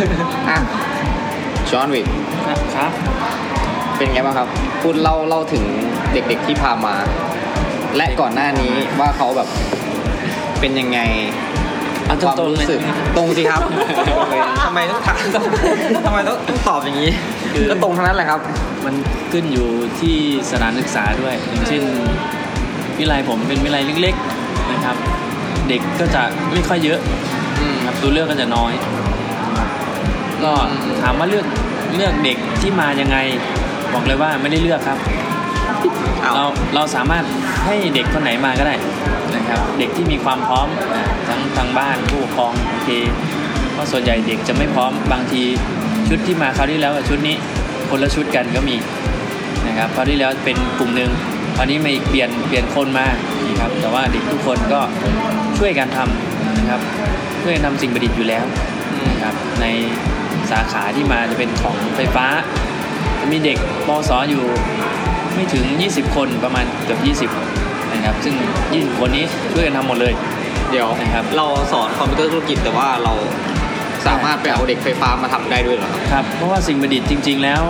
จอห์นวิกครับเป็นไงบ้างครับพูดเล่าถึงเด็กๆที่พามาและก่อนหน้านี้ว่าเขาแบบเป็นยังไงความรู้สึกตรงสิครับทำไมต้องตอบอย่างนี้ก็ตรงทั้งนั้นแหละครับมันขึ้นอยู่ที่สถานศึกษาด้วยอย่างเช่นวิไลผมเป็นวิไลเล็กๆนะครับเด็กก็จะไม่ค่อยเยอะครับตัวเลือกก็จะน้อยก็ถามว่าเลือกเด็กที่มายังไงบอกเลยว่าไม่ได้เลือกครับเราสามารถให้เด็กคนไหนมาก็ได้นะครับเด็กที่มีความพร้อมทั้งทางบ้านผู้ปกครองโอเคเพราะส่วนใหญ่เด็กจะไม่พร้อมบางทีชุดที่มาคราวที่แล้วกับชุดนี้คนละชุดกันก็มีนะครับคราวที่แล้วเป็นกลุ่มนึงคราวนี้มาอีกเปลี่ยนคนมานี่ครับแต่ว่าเด็กทุกคนก็ช่วยกันทำนะครับช่วยกันทำสิ่งประดิษฐ์อยู่แล้วนะครับในสาขาที่มาจะเป็นของไฟฟ้ามีเด็กป.ศ.อยู่ไม่ถึง20คนประมาณเกือบ20นะครับซึ่ง20คนนี้ช่วยกันทำหมดเลยเดี๋ยวนะครับเราสอนคอมพิวเตอร์ธุรกิจแต่ว่าเราสามารถไปเอาเด็กไฟฟ้ามาทำได้ด้วยเหรอครับเพราะว่าสิ่งประดิษฐ์จริงๆแล้ว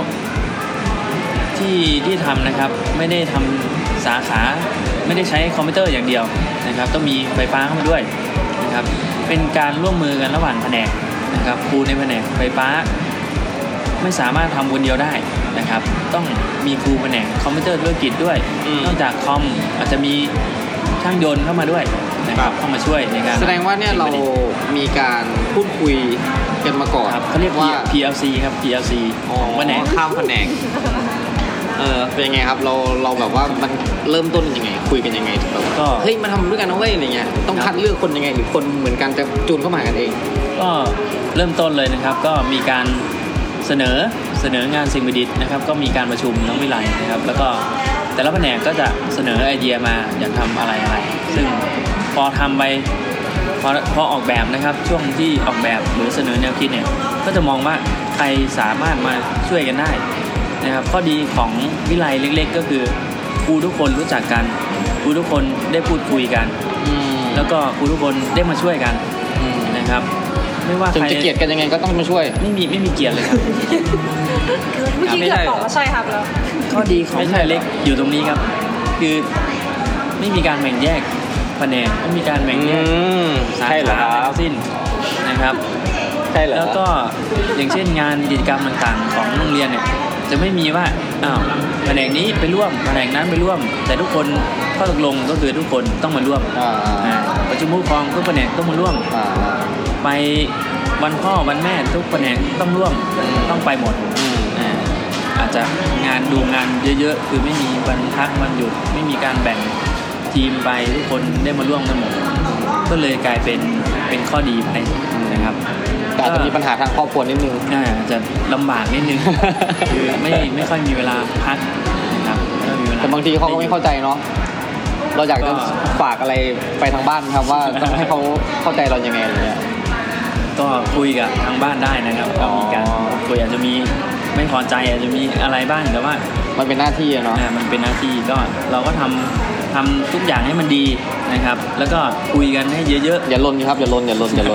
ที่ทำนะครับไม่ได้ทำสาขาไม่ได้ใช้คอมพิวเตอร์อย่างเดียวนะครับต้องมีไฟฟ้าเข้ามาด้วยนะครับเป็นการร่วมมือกันระหว่างแผนกนะครับครูในแผนกไฟฟ้าไม่สามารถทำคนเดียวได้นะครับต้องมีครูแผนกคอมพิวเตอร์ธุรกิจด้วยนอกจากคอมอาจจะมีช่างยนต์เข้ามาด้วยนะครับเข้ามาช่วยในการแสดงว่าเนี่ยเรามีการพูดคุยกันมาก่อนเขาเรียกว่า PLC ครับ PLC ของแผนกข้ามแผนกเป็นยังไงครับเราแบบว่ามันเริ่มต้นยังไงคุยกันยังไงถึงแบบว่าเฮ้ยมาทำด้วยกันนะเว้ยอะไรเงี้ยต้องคัดเลือกคนยังไงหรือคนเหมือนกันจะจูนเข้ามากันเองก็เริ่มต้นเลยนะครับก็มีการเสนองานสิ่งประดิษฐ์นะครับก็มีการประชุมทั้งวิไลนะครับแล้วก็แต่ละแผนกก็จะเสนอไอเดียมาอยากทำอะไรซึ่งพอทำไปพอออกแบบนะครับช่วงที่ออกแบบหรือเสนอแนวคิดเนี่ยก็จะมองว่าใครสามารถมาช่วยกันได้นะครับข้อดีของวิไลเล็กๆก็คือครูทุกคนรู้จักกันครูทุกคนได้พูดคุยกันแล้วก็ครูทุกคนได้มาช่วยกันนะครับไม่ว่าใครจะเกลียดกันยังไงก็ต้องมาช่วยไม่มีเกลียดเลยครับเมื่อกี้เกือบบอกว่าใช่ครับแล้วข้อดีของวิไลเล็กอยู่ตรงนี้ครับคือไม่มีการแบ่งแยกแผนกไม่มีการแบ่งแยกสาขาทั้งสิ้นนะครับใช่เหรอแล้วก็อย่างเช่นงานกิจกรรมต่างๆของโรงเรียนเนี่ยจะไม่มีว่าแผนกนี้ไปร่วมแผนกนั้นไปร่วมแต่ทุกคนข้อตกลงก็คือทุกคนต้องมาร่วมประชุมผู้ปกครองทุกแผนกต้องมาร่วมไปวันพ่อวันแม่ทุกแผนกต้องร่วมต้องไปหมดอาจจะงานดูงานเยอะๆคือไม่มีวันพักวันหยุดไม่มีการแบ่งทีมไปทุกคนได้มาร่วมกันหมดก็เลยกลายเป็นข้อดีไปนะครับแต่อาจจะมีปัญหาทางครอบครัวนิดนึงจะลำบากนิดนึงคือไม่ค่อยมีเวลาพักนะครับแต่บางทีเขาก็ไม่เข้าใจเนาะเราอยากจะฝากอะไรไปทางบ้านครับว่าต้องให้เขาเข้าใจเรายังไงอะไรเงี้ยก็คุยกับทางบ้านได้นะครับก็มีการคุยอาจจะมีไม่พอใจอาจจะมีอะไรบ้างแต่ว่ามันเป็นหน้าที่เนาะมันเป็นหน้าที่ก็เราก็ทำทุกอย่างให้มันดีนะครับแล้วก็คุยกันให้เยอะๆอย่าลนครับอย่าลน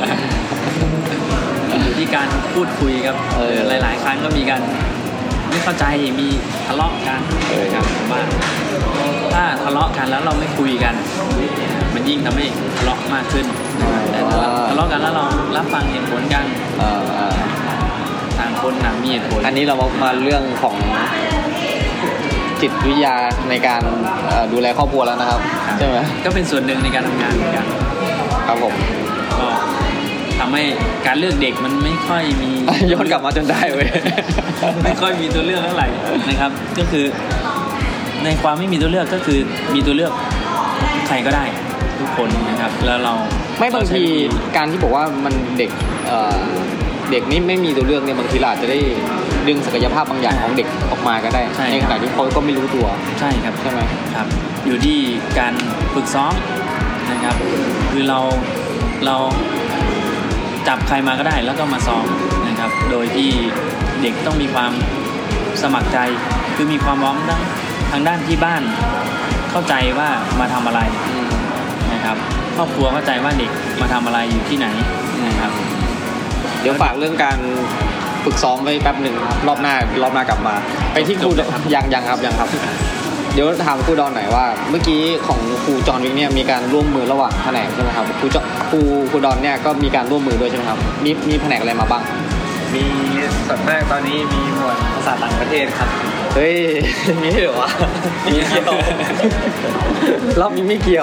อยู่ที่การพูดคุยครับหลายๆครั้งก็มีการไม่เข้าใจมีทะเลาะกันครับว่าถ้าทะเลาะกันแล้วเราไม่คุยกันมันยิ่งทำให้ทะเลาะมากขึ้นแต่ถ้าทะเลาะกันแล้วเรารับฟังเหตุผลกันต่างคนต่างมีเหตุผลอันนี้เรามาเรื่องของจิตวิทยาในการดูแลครอบครัวแล้วนะครับใช่ไหมก็เป็นส่วนหนึ่งในการทำงานเหมือนกันครับผมก็ทำให้การเลือกเด็กมันไม่ค่อยมีย้อนกลับมาจนได้เว้ยไม่ค่อยมีตัวเลือกเท่าไหร่นะครับก็คือในความไม่มีตัวเลือกก็คือมีตัวเลือกใครก็ได้ทุกคนนะครับแล้วเราไม่บางทีการที่บอกว่ามันเด็กนี่ไม่มีตัวเลือกเนี่ยบางทีเราอาจจะได้ดึงศักยภาพบางอย่างของเด็กออกมาก็ได้ในขณะที่เขาก็ไม่รู้ตัวใช่ครับใช่ไหมครับอยู่ที่การฝึกซ้อมนะครับคือเราเราจับใครมาก็ได้แล้วก็มาซ้อมนะครับโดยที่เด็กต้องมีความสมัครใจคือมีความพร้อมทางด้านที่บ้านเข้าใจว่ามาทำอะไรนะครับครอบครัวเข้าใจว่าเด็กมาทำอะไรอยู่ที่ไหนนะครับเดี๋ยวฝากเรื่องการฝึกซ้อมไว้แป๊บหนึ่งครับรอบหน้ากลับมาไปที่ครูยังครับเดี๋ยวถามครูดอนหน่อยว่าเมื่อกี้ของครูจอห์นวิกเนี่ยมีการร่วมมือระหว่างแผนกใช่ไหมครับครูดอนเนี่ยก็มีการร่วมมือด้วยใช่ไหมครับมีแผนกอะไรมาบ้างมีส่วนมากตอนนี้มีหมวดภาษาต่างประเทศครับเฮ้ยมีเหรอวะมีเกี่ยวรอบนี้ไม่เกี่ยว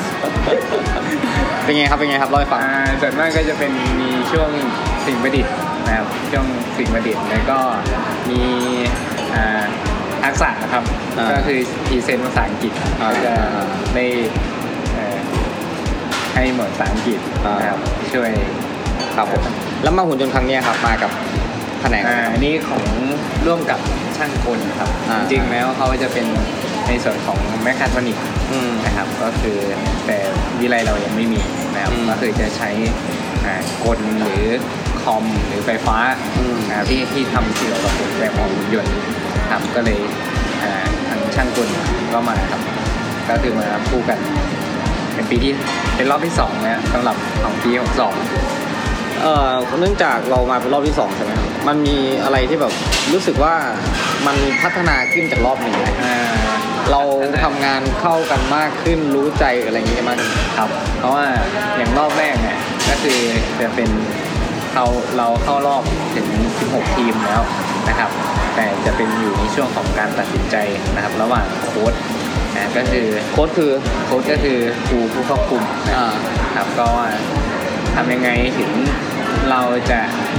เป็นไงครับเล่าให้ฟังส่วนมากก็จะเป็นมีช่วงสิ่งประดิษฐ์นะครับช่วงสิ่งประดิษฐ์แล้วก็มีทักษะนะครับก็คือพรีเซนต์ภาษาอังกฤษก็จะได้ให้หมวดภาษาอังกฤษนะครับช่วยครับผมแล้วมาหุ่นยนต์ครั้งนี้ครับมากับแผนกอันนี้ของร่วมกับช่างกลครับจริงๆแล้วเขาจะเป็นในส่วนของแมคคาทรอนิกส์นะครับก็คือแต่วิไลเรายังไม่มีนะครับก็คือจะใช้กลหรือคอมหรือไฟฟ้าที่ทำเกี่ยวกับโปรแกรมของหุ่นยนต์ครับก็เลยทางช่างกลก็มาครับก็คือมาคู่กันเป็นรอบที่2นะสำหรับของปี62 เนื่องจากเรามาเป็นรอบที่2ใช่ไหมครับมันมีอะไรที่แบบรู้สึกว่ามันพัฒนาขึ้นจากรอบหนึ่งเราทำงานเข้ากันมากขึ้นรู้ใจอะไรอย่างนี้มากครับเพราะว่าอย่างรอบแรกเนี่ยก็คือจะเป็นเราเข้ารอบถึง16ทีมแล้วนะครับแต่จะเป็นอยู่ในช่วงของการตัดสินใจนะครับระหว่างโค้ชก็คือโค้ชก็คือครูผู้ควบคุมนะครับก็ว่าทำยังไงถึงเราจะ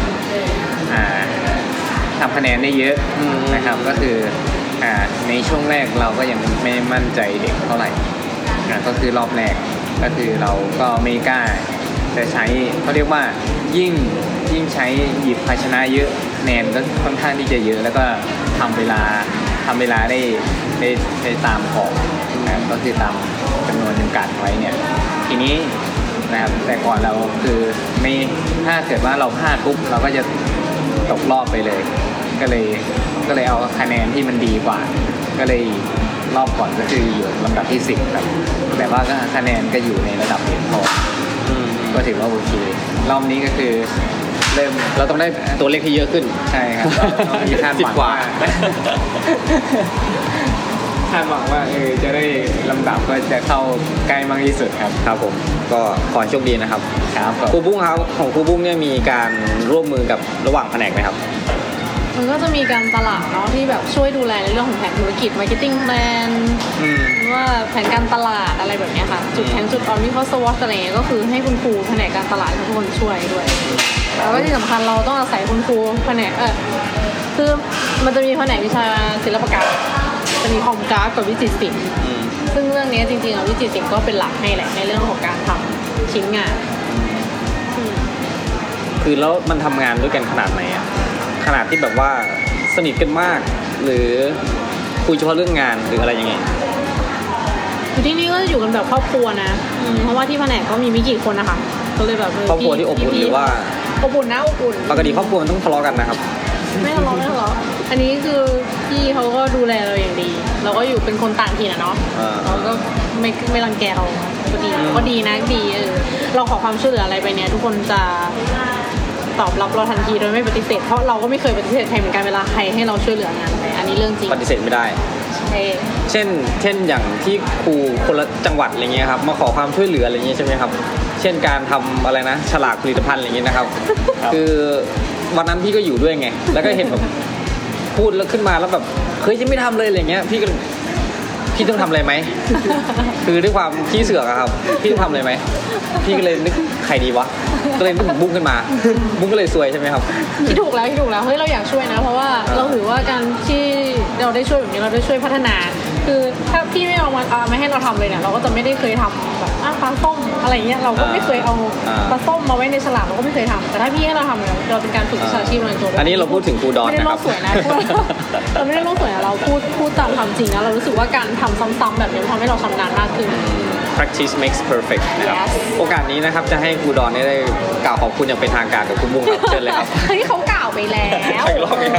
ทำคะแนนได้เยอะนะครับก็คือในช่วงแรกเราก็ยังไม่มั่นใจเด็กเท่าไหร่ก็คือรอบแรกก็คือเราก็ไม่กล้าจะใช้เขาเรียกว่ายิ่งใช้หยิบภาชนะเยอะแนนก็ค่อนข้างที่จะเยอะแล้วก็ทำเวลาได้ตามของนะครับก็คือตามจำนวนจำกัดไว้เนี่ยทีนี้นะครับแต่ก่อนเราคือไม่ถ้าเกิดว่าเราพลาดปุ๊บเราก็จะตกรอบไปเลยก็เลยเอาคะแนนที่มันดีกว่าก็เลยรอบก่อนก็คืออยู่ลำดับที่10ครับแต่ว่าก็คะแนนก็อยู่ในระดับเหรียญทองก็ถือว่าโอเครอบนี้ก็คือเริ่มเราต้องได้ตัวเลขที่เยอะขึ้นใช่ครับมีคาดหวังว่าจะได้ลำดับก็จะเข้าใกล้มากที่สุดครับครับผมก็ขอให้โชคดีนะครับครับครูบุ้งครับของครูบุ้งเนี่ยมีการร่วมมือกับระหว่างแผนกไหมครับมันก็จะมีการตลาดเนาะที่แบบช่วยดูแลในเรื่องของแผนธุรกิจ marketing plan หรือว่าแผนการตลาดอะไรแบบนี้ค่ะจุดแข็งจุดอ่อนที่เขา SWOT อะไรก็คือให้คุณครูแผนกการตลาดทุกคนช่วยด้วยแล้วก็ที่สำคัญเราต้องอาศัยคุณครูแผนกคือมันจะมีแผนกวิชาศิลปกรรมจะมีคอมกราฟกับวิจิตรศิลป์ซึ่งเรื่องนี้จริงๆวิจิตรศิลป์ก็เป็นหลักให้แหละในเรื่องของการทำชิ้นงานคือแล้วมันทำงานด้วยกันขนาดไหนอะขนาดที่แบบว่าสนิทกันมากหรือคุยเฉพาะเรื่องงานหรืออะไรยังไงที่นี่ก็อยู่กันแบบครอบครัวนะเพราะว่าที่แผนกก็มีไม่กี่คนนะคะก็เลยแบบครอบครัวที่อบอุ่นหรือว่าอบอุ่นนะอบอุ่นปกติครอบครัวมันต้องทะเลาะกันนะครับไม่ทะเลาะอันนี้คือพี่เขาก็ดูแลเราอย่างดีเราก็อยู่เป็นคนต่างถิ่นนะเนาะเราก็ไม่รังแกเราก็ดีนะดีเราขอความช่วยเหลืออะไรไปเนี่ยทุกคนจะตอบรับเราทันทีโดยไม่ปฏิเสธเพราะเราก็ไม่เคยปฏิเสธใครเหมือนกันเวลาใครให้เราช่วยเหลืองานอะไรอันนี้เรื่องจริงปฏิเสธไม่ได้เช่นอย่างที่ครูคนละจังหวัดอะไรเงี้ยครับมาขอความช่วยเหลืออะไรเงี้ยใช่ไหมครับเช่นการทำอะไรนะฉลากผลิตภัณฑ์อะไรเงี้ยนะครับคือวันนั้นพี่ก็อยู่ด้วยไงแล้วก็เห็นแบบพูดแล้วขึ้นมาแล้วแบบเฮ้ยยังไม่ทำเลยอะไรเงี้ยพี่ต้องทำอะไรไหมคือด้วยความขี้เสือกครับพี่ต้องทำอะไรไหมพี่ก็เลยนึกใครดีวะก็เลยนึกบุ้งขึ้นมาบุ้งก็เลยซวยใช่ไหมครับคิดถูกแล้วเฮ้ยเราอยากช่วยนะเพราะว่าเราถือว่าการที่เราได้ช่วยแบบนี้เราได้ช่วยพัฒนาคือถ้าพี่ไม่เอามาให้เราทำเลยเนี่ยเราก็จะไม่ได้เคยทำแบบปลาส้มอะไรเงี้ยเราก็ไม่เคยเอาปลาส้มมาไว้ในฉลากเราก็ไม่เคยทำแต่ถ้าพี่ให้เราทำเราเป็นการฝึกวิชาชีพในตัวอันนี้เราพูดถึงครูดอนนะครับเราไม่ได้โลกสวยนะเราพูดตามความจริงนะเรารู้สึกว่าการทำซ้ำๆแบบนี้ทำให้เราชำนาญมากขึ้น practice makes perfect นะครับ โอกาสนี้นะครับจะให้ครูดอนได้กล่าวขอบคุณอย่างเป็นทางการกับคุณบุ้งครับเชิญเลยครับเฮ้ยเขากล่าวไปแล้วอีกรอบไหมครับ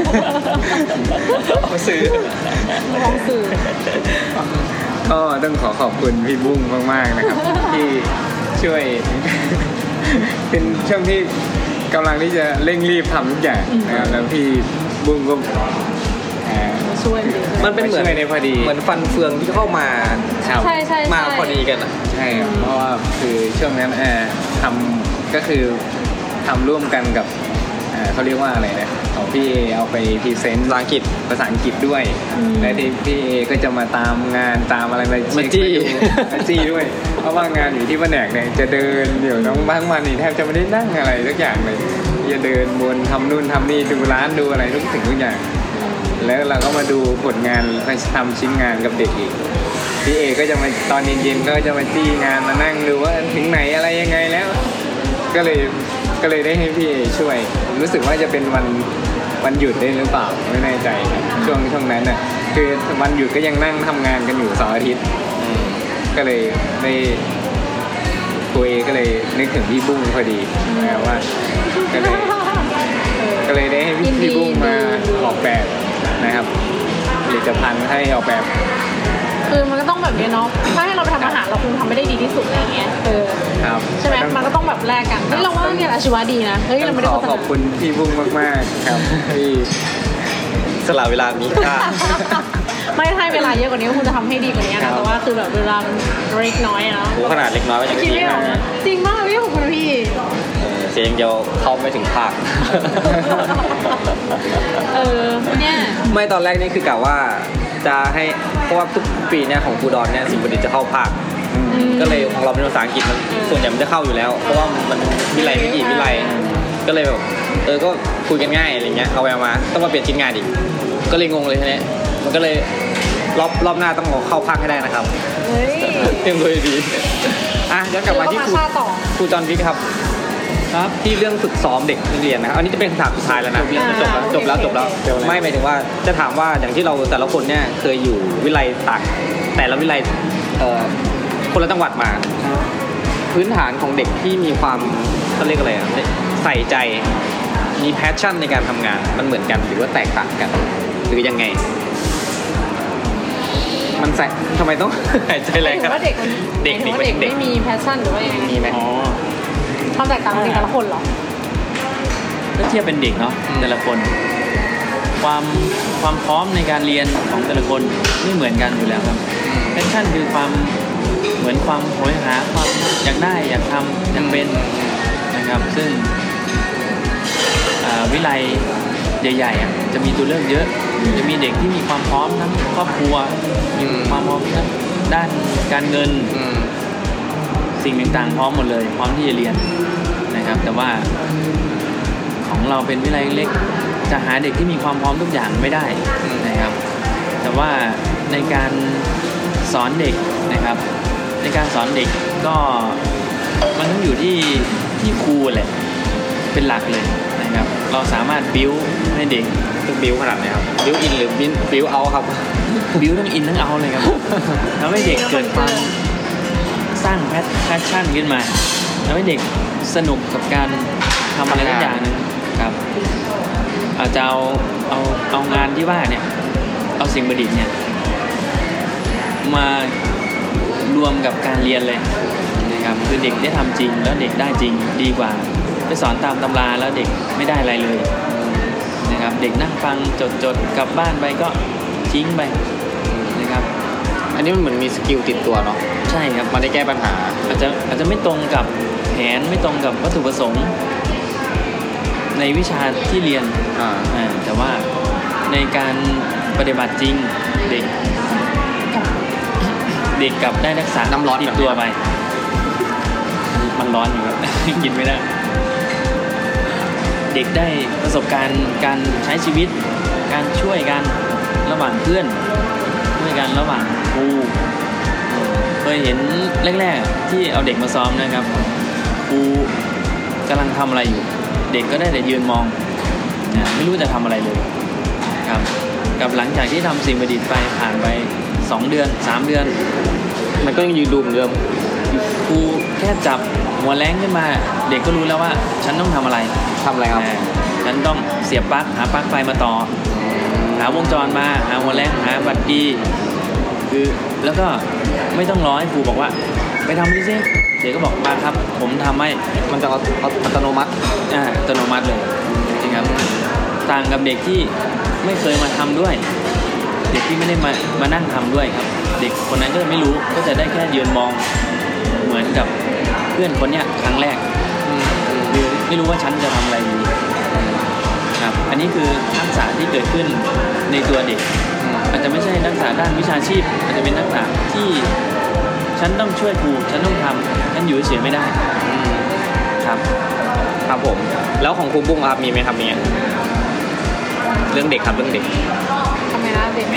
เอาสื่อมองสื่อก็ต้องขอบคุณพี่บุ้งมากๆนะครับ ที่ช่วย เป็นช่วงที่กำลังที่จะเร่งรีบทำทุกอย่างนะครับแล้วพี่บุ้งก็ช่วยมันเป็นเหมือนในพอดีเหมือนฟันเฟืองที่เข้ามาใช่ใช่มาพอดีกันใช่ครับเพราะว่าคือช่วงนั้นทำก็คือทำร่วมกันกับเขาเรียกว่าอะไรนะของพี่เอาไปพรีเซนต์ภาษาอังกฤษด้วยและที่พี่ก็จะมาตามงานตามอะไรมาจี้ด้วยเพราะว่างานอยู่ที่แผนกเนี่ยจะเดินเดี๋ยวน้องบ้างวันนี่แทบจะไม่ได้นั่งอะไรสักอย่างเลยจะเดินวนทำนู่นทำนี่ดูร้านดูอะไรทุกสิ่งทุกอย่างแล้วเราก็มาดูผลงานไปทำชิ้นงานกับเด็กอีกพี่ก็จะมาตอนเย็นๆก็จะมาจี้งานมานั่งดูว่าถึงไหนอะไรยังไงแล้วก็เลยได้ให้พี่ช่วยรู้สึกว่าจะเป็นวันหยุดได้หรือเปล่าไม่แน่ใจช่วงนั้นน่ะคือวันหยุดก็ยังนั่งทำงานกันอยู่เสาร์อาทิตย์ก็เลยได้ตัวก็เลยนึกถึงพี่บุ้งพอดีนะว่าก็เลยได้ให้พี่บุ้งมาออกแบบนะครับผลิตภัณฑ์ให้ออกแบบคือมันก็ต้องแบบนี้เนาะถ้าให้เราไปทำอาหารเราคงทำไม่ได้ดีที่สุดอะไรเงี้ยครับใช่ไหมมันก็ต้องแบบแลกกันนี่เราว่าเรียนอาชีวะดีนะเฮ้ยเราไม่ได้ขอบคุณพี่บุ้งมากๆครับที่สละเวลามีค่าไม่ให้เวลาเยอะกว่านี้ก็คงจะทำให้ดีกว่านี้นะแต่ว่าคือแบบเวลามันเล็กน้อยเนาะขนาดเล็กน้อยก็ยังดีนะจริงมากพี่ขอบคุณพี่เสียงเดียวเข้าไม่ถึงภาคเนี่ยไม่ตอนแรกนี่คือกะว่าจะให้เพราะว่าทุกปีเนี่ยของครูดอนเนี่ยสิ่งประดิษฐ์จะเข้าภาคก็เลยของเราเป็นภาษาอังกฤษมันส่วนใหญ่มันจะเข้าอยู่แล้วเพราะว่ามันวิไลไม่กี่วิไลก็เลยแบบก็คุยกันง่ายอะไรเงี้ยเอาไปมาต้องมาเปลี่ยนชิ้นงานอีกก็เลยงงเลยทีนี้มันก็เลยรอบหน้าต้องเข้าภาคให้ได้นะครับเตรียมตัวดีย้อนกลับมาที่ครูจอห์นวิกครับที่เรื่องฝึกซ้อมเด็กนักเรียนนะครับอันนี้จะเป็นคำถามสุดท้ายแล้วนะจบแล้วไม่หมายถึงว่าจะถามว่าอย่างที่เราแต่ละคนเนี่ยเคยอยู่วิไลต่างแต่ละวิไลคนละจังหวัดมาพื้นฐานของเด็กที่มีความเขาเรียกอะไรใส่ใจมีแพชชั่นในการทำงานมันเหมือนกันหรือว่าแตกต่างกันหรือยังไงมันใส่ทำไมต้องหายใจแรงครับเด็กไม่มีแพชชั่นหรือว่ายังไงมีไหมความแตกต่างของแต่ละคนเหรอถ้าเทียบเป็นเด็กเนาะแต่ละคนความพร้อมในการเรียนของแต่ละคนไม่เหมือนกันอยู่แล้วครับแพชชั่นคือความเหมือนความโหยหาความอยากได้อยากทำอยากเป็นนะครับซึ่งวิไลใหญ่ๆจะมีตัวเลือกเยอะจะมีเด็กที่มีความพร้อมทั้งครอบครัวมีความพร้อมทั้งด้านการเงินสิ่งต่างๆพร้อมหมดเลยพร้อมที่จะเรียนนะครับแต่ว่าของเราเป็นวิไลเล็กจะหาเด็กที่มีความพร้อมทุกอย่างไม่ได้นะครับแต่ว่าในการสอนเด็กนะครับในการสอนเด็กก็มันต้องอยู่ที่ครูแหละเป็นหลักเลยนะครับเราสามารถบิ้วให้เด็กต้องบิ้วขนาดไหนครับบิ้วอินหรือบิ้วเอาครับบิ้วทั้งอินทั้งเอาเลยครับทำให้เด็กเกิดความสร้างแพชชั่นขึ้นมาทำให้เด็กสนุกกับการทำอะไรสักอย่างนึงครับอาจจะเอางานที่ว่าเนี่ยเอาสิ่งประดิษฐ์เนี่ยมารวมกับการเรียนเลยนะครับคือเด็กได้ทำจริงแล้วเด็กได้จริงดีกว่าไปสอนตามตำราแล้วเด็กไม่ได้อะไรเลยนะครับเด็กนั่งฟังจดกลับบ้านไปก็ทิ้งไปนะครับอันนี้มันเหมือนมีสกิลติดตัวเนาะใช่ครับมันได้แก้ปัญหาอาจจะไม่ตรงกับแผนไม่ตรงกับวัตถุประสงค์ในวิชาที่เรียนแต่ว่าในการปฏิบัติจริงเด็กกลับได้รักษาน้ำร้อนติดตัวไปมันร้อนอยู่ครับ กินไม่ได้เด็กได้ประสบการณ์การใช้ชีวิตการช่วยกันระหว่างเพื่อนช่วยกันระหว่างครูเคยเห็นแรกๆที่เอาเด็กมาซ้อมนะครับครูกำลังทำอะไรอยู่เด็กก็ได้แต่ยืนมองไม่รู้จะทำอะไรเลยครับกับหลังจากที่ทำสิ่งประดิษฐ์ไปผ่านไป2 เดือน 3 เดือนมันก็ยังยืนดูเหมือนเดิมครูแค่จับหัวแรงขึ้นมาเด็กก็รู้แล้วว่าฉันต้องทำอะไรครับฉันต้องเสียบปลั๊กหาปลั๊กไฟมาต่อหาวงจรมาหาหัวแรงหาบัตรดีคือแล้วก็ไม่ต้องรอให้ครูบอกว่าไปทำดิซิเด็กก็บอกมาครับผมทำให้มันจะอัตโนมัติอัตโนมัติเลยจริงครับต่างกับเด็กที่ไม่เคยมาทำด้วยเด็กที่ไม่ได้มานั่งทำด้วยครับเด็กคนนั้นก็จะไม่รู้ก็จะได้แค่ยืนมองเหมือนกับเพื่อนคนเนี้ยครั้งแรกคือไม่รู้ว่าฉันจะทำอะไรดีครับอันนี้คือทักษะที่เกิดขึ้นในตัวเด็กอาจจะไม่ใช่ทักษะด้านวิชาชีพอาจจะเป็นทักษะที่ฉันต้องช่วยครูฉันต้องทำฉันอยู่เฉยไม่ได้ครับผมแล้วของครูบุ้งครับมีไหมครับเนี่ยเรื่องเด็กครับเรื่องเด็กทำไมนะเด็ก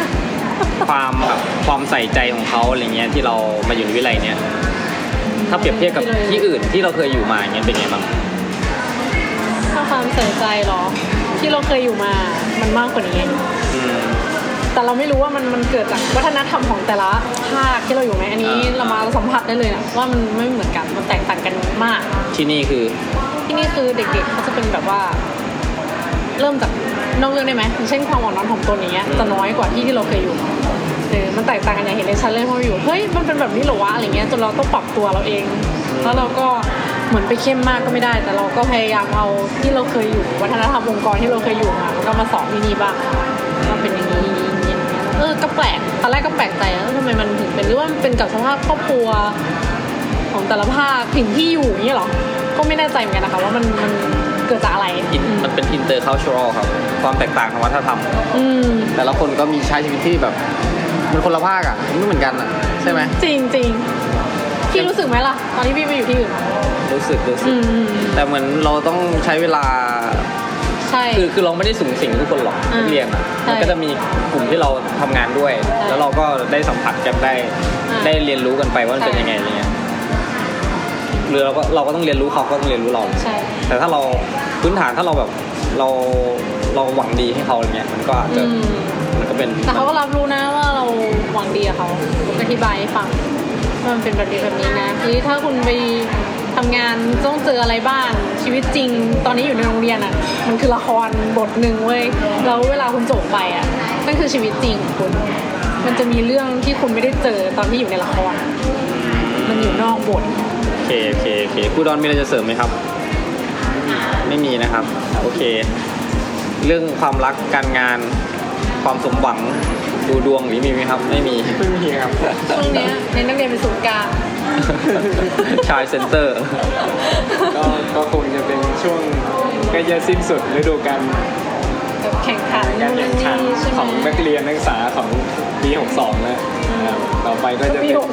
ความใส่ใจของเขาอะไรเงี้ยที่เรามาอยู่ในวิทยาลัยเนี้ยถ้าเปรียบเทียบกับที่อื่นที่เราเคยอยู่มาอย่างเงี้ยเป็นไงบ้างถ้าความใส่ใจหรอที่เราเคยอยู่มามันมากกว่านี้แต่เราไม่รู้ว่ามันเกิดจากวัฒนธรรมของแต่ละภาคที่เราอยู่ไหมอันนี้เรามาสัมผัสได้เลยนะว่ามันไม่เหมือนกันมันแตกต่างกันมากที่นี่คือเด็กๆเขาจะเป็นแบบว่าเริ่มจากนอกเรื่องได้ไหมเช่นความอ่อนน้อมถ่อมตนอย่างเงี้ยจะน้อยกว่าที่เราเคยอยู่มันแตกต่างกันอย่างเห็นได้ชัดเลยพออยู่เฮ้ยมันเป็นแบบนี้เหรอวะอะไรเงี้ยจนเราต้องปรับตัวเราเองแล้วเราก็เหมือนไปเข้มมากก็ไม่ได้แต่เราก็พยายามเอาที่เราเคยอยู่วัฒนธรรมองค์กรที่เราเคยอยู่มามันก็มาสอนที่นี่บ้างว่าเป็นอย่างนี้ก็แปลกตอนแรกก็แปลกใจทำไมมันถึงเป็นหรือว่ามันเป็นกับสภาพครอบครัวของแต่ละภาคถิ่นที่อยู่อย่างนี้หรอก็ไม่แน่ใจเหมือนกันนะคะว่ามันเกิดจากอะไรมันเป็น intercultural ครับความแตกต่างทางวัฒนธรรมแต่ละคนก็มีใช้ชีวิตที่แบบมันคนละภาคอ่ะไม่เหมือนกันอ่ะใช่ไหมจริงพี่รู้สึกไหมล่ะตอนที่พี่ไปอยู่ที่อื่นรู้สึกแต่เหมือนเราต้องใช้เวลาใช่คือเราไม่ได้สูงสิงทุกคนหรอกนักเรียนอ่ะมันก็จะมีกลุ่มที่เราทำงานด้วยแล้วเราก็ได้สัมผัสกันได้เรียนรู้กันไปว่ามันเป็นยังไงอะไรเงี้ยหรือเราก็ต้องเรียนรู้เขาก็ต้องเรียนรู้เราแต่ถ้าเราพื้นฐานถ้าเราแบบเราหวังดีให้เขาอะไรเงี้ยมันก็อาจจะมันก็เป็นแต่เขาก็รับรู้นะว่าเราหวังดีกับเขาอธิบายให้ฟังว่ามันเป็นแบบนี้นะคือถ้าคุณไปทำงานต้องเจออะไรบ้างชีวิตจริงตอนนี้อยู่ในโรงเรียนอ่ะมันคือละครบทนึงเว้ยแล้วเวลาคุณจบไปอ่ะนั่นคือชีวิตจริงของคุณมันจะมีเรื่องที่คุณไม่ได้เจอตอนที่อยู่ในละครมันอยู่นอกบทโอเคครูดอนมีอะไรจะเสริมไหมครับไม่มีนะครับโอเคเรื่องความรักการงานความสมหวังดูดวงหรือมีไหมครับไม่มีครับช่วงนี้ในนักเรียนเป็นศูนย์กลางชายเซ็นเตอร์ก็คงจะเป็นช่วงใกล้จะสิ้นสุดฤดูกาลแข่งขันของนักเรียนนักศึกษาของปี62แล้วต่อไปก็จะเป็น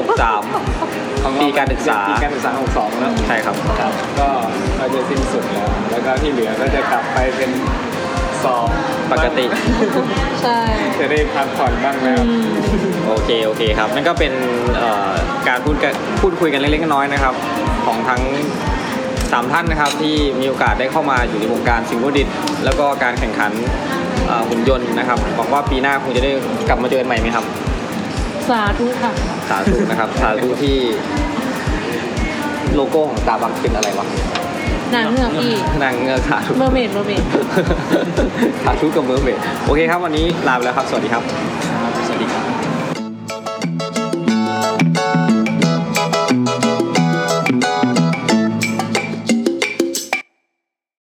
63ปีการศึกษา 62แล้วใช่ครับก็จะสิ้นสุดแล้วก็ที่เหลือก็จะกลับไปเป็นสอบปกติใช่จะได้พักผ่อนบ้างแล้วโอเคครับนั่นก็เป็นการพูดคุยกันเล็กๆน้อยๆนะครับของทั้ง3ท่านนะครับที่มีโอกาสได้เข้ามาอยู่ในวงการสิ่งประดิษฐ์แล้วก็การแข่งขันหุ่นยนต์นะครับหวังว่าปีหน้าคงจะได้กลับมาเจอกันใหม่ไหมครับสาธุค่ะสาธุนะครับสาธุที่โลโก้ของตาบังเป็นอะไรวะนางเงือกอีกนางเงือกสาธุเมอร์เมดสาธุกับเมอร์เมดโอเคครับวันนี้ลาไปแล้วครับสวัสดีครับ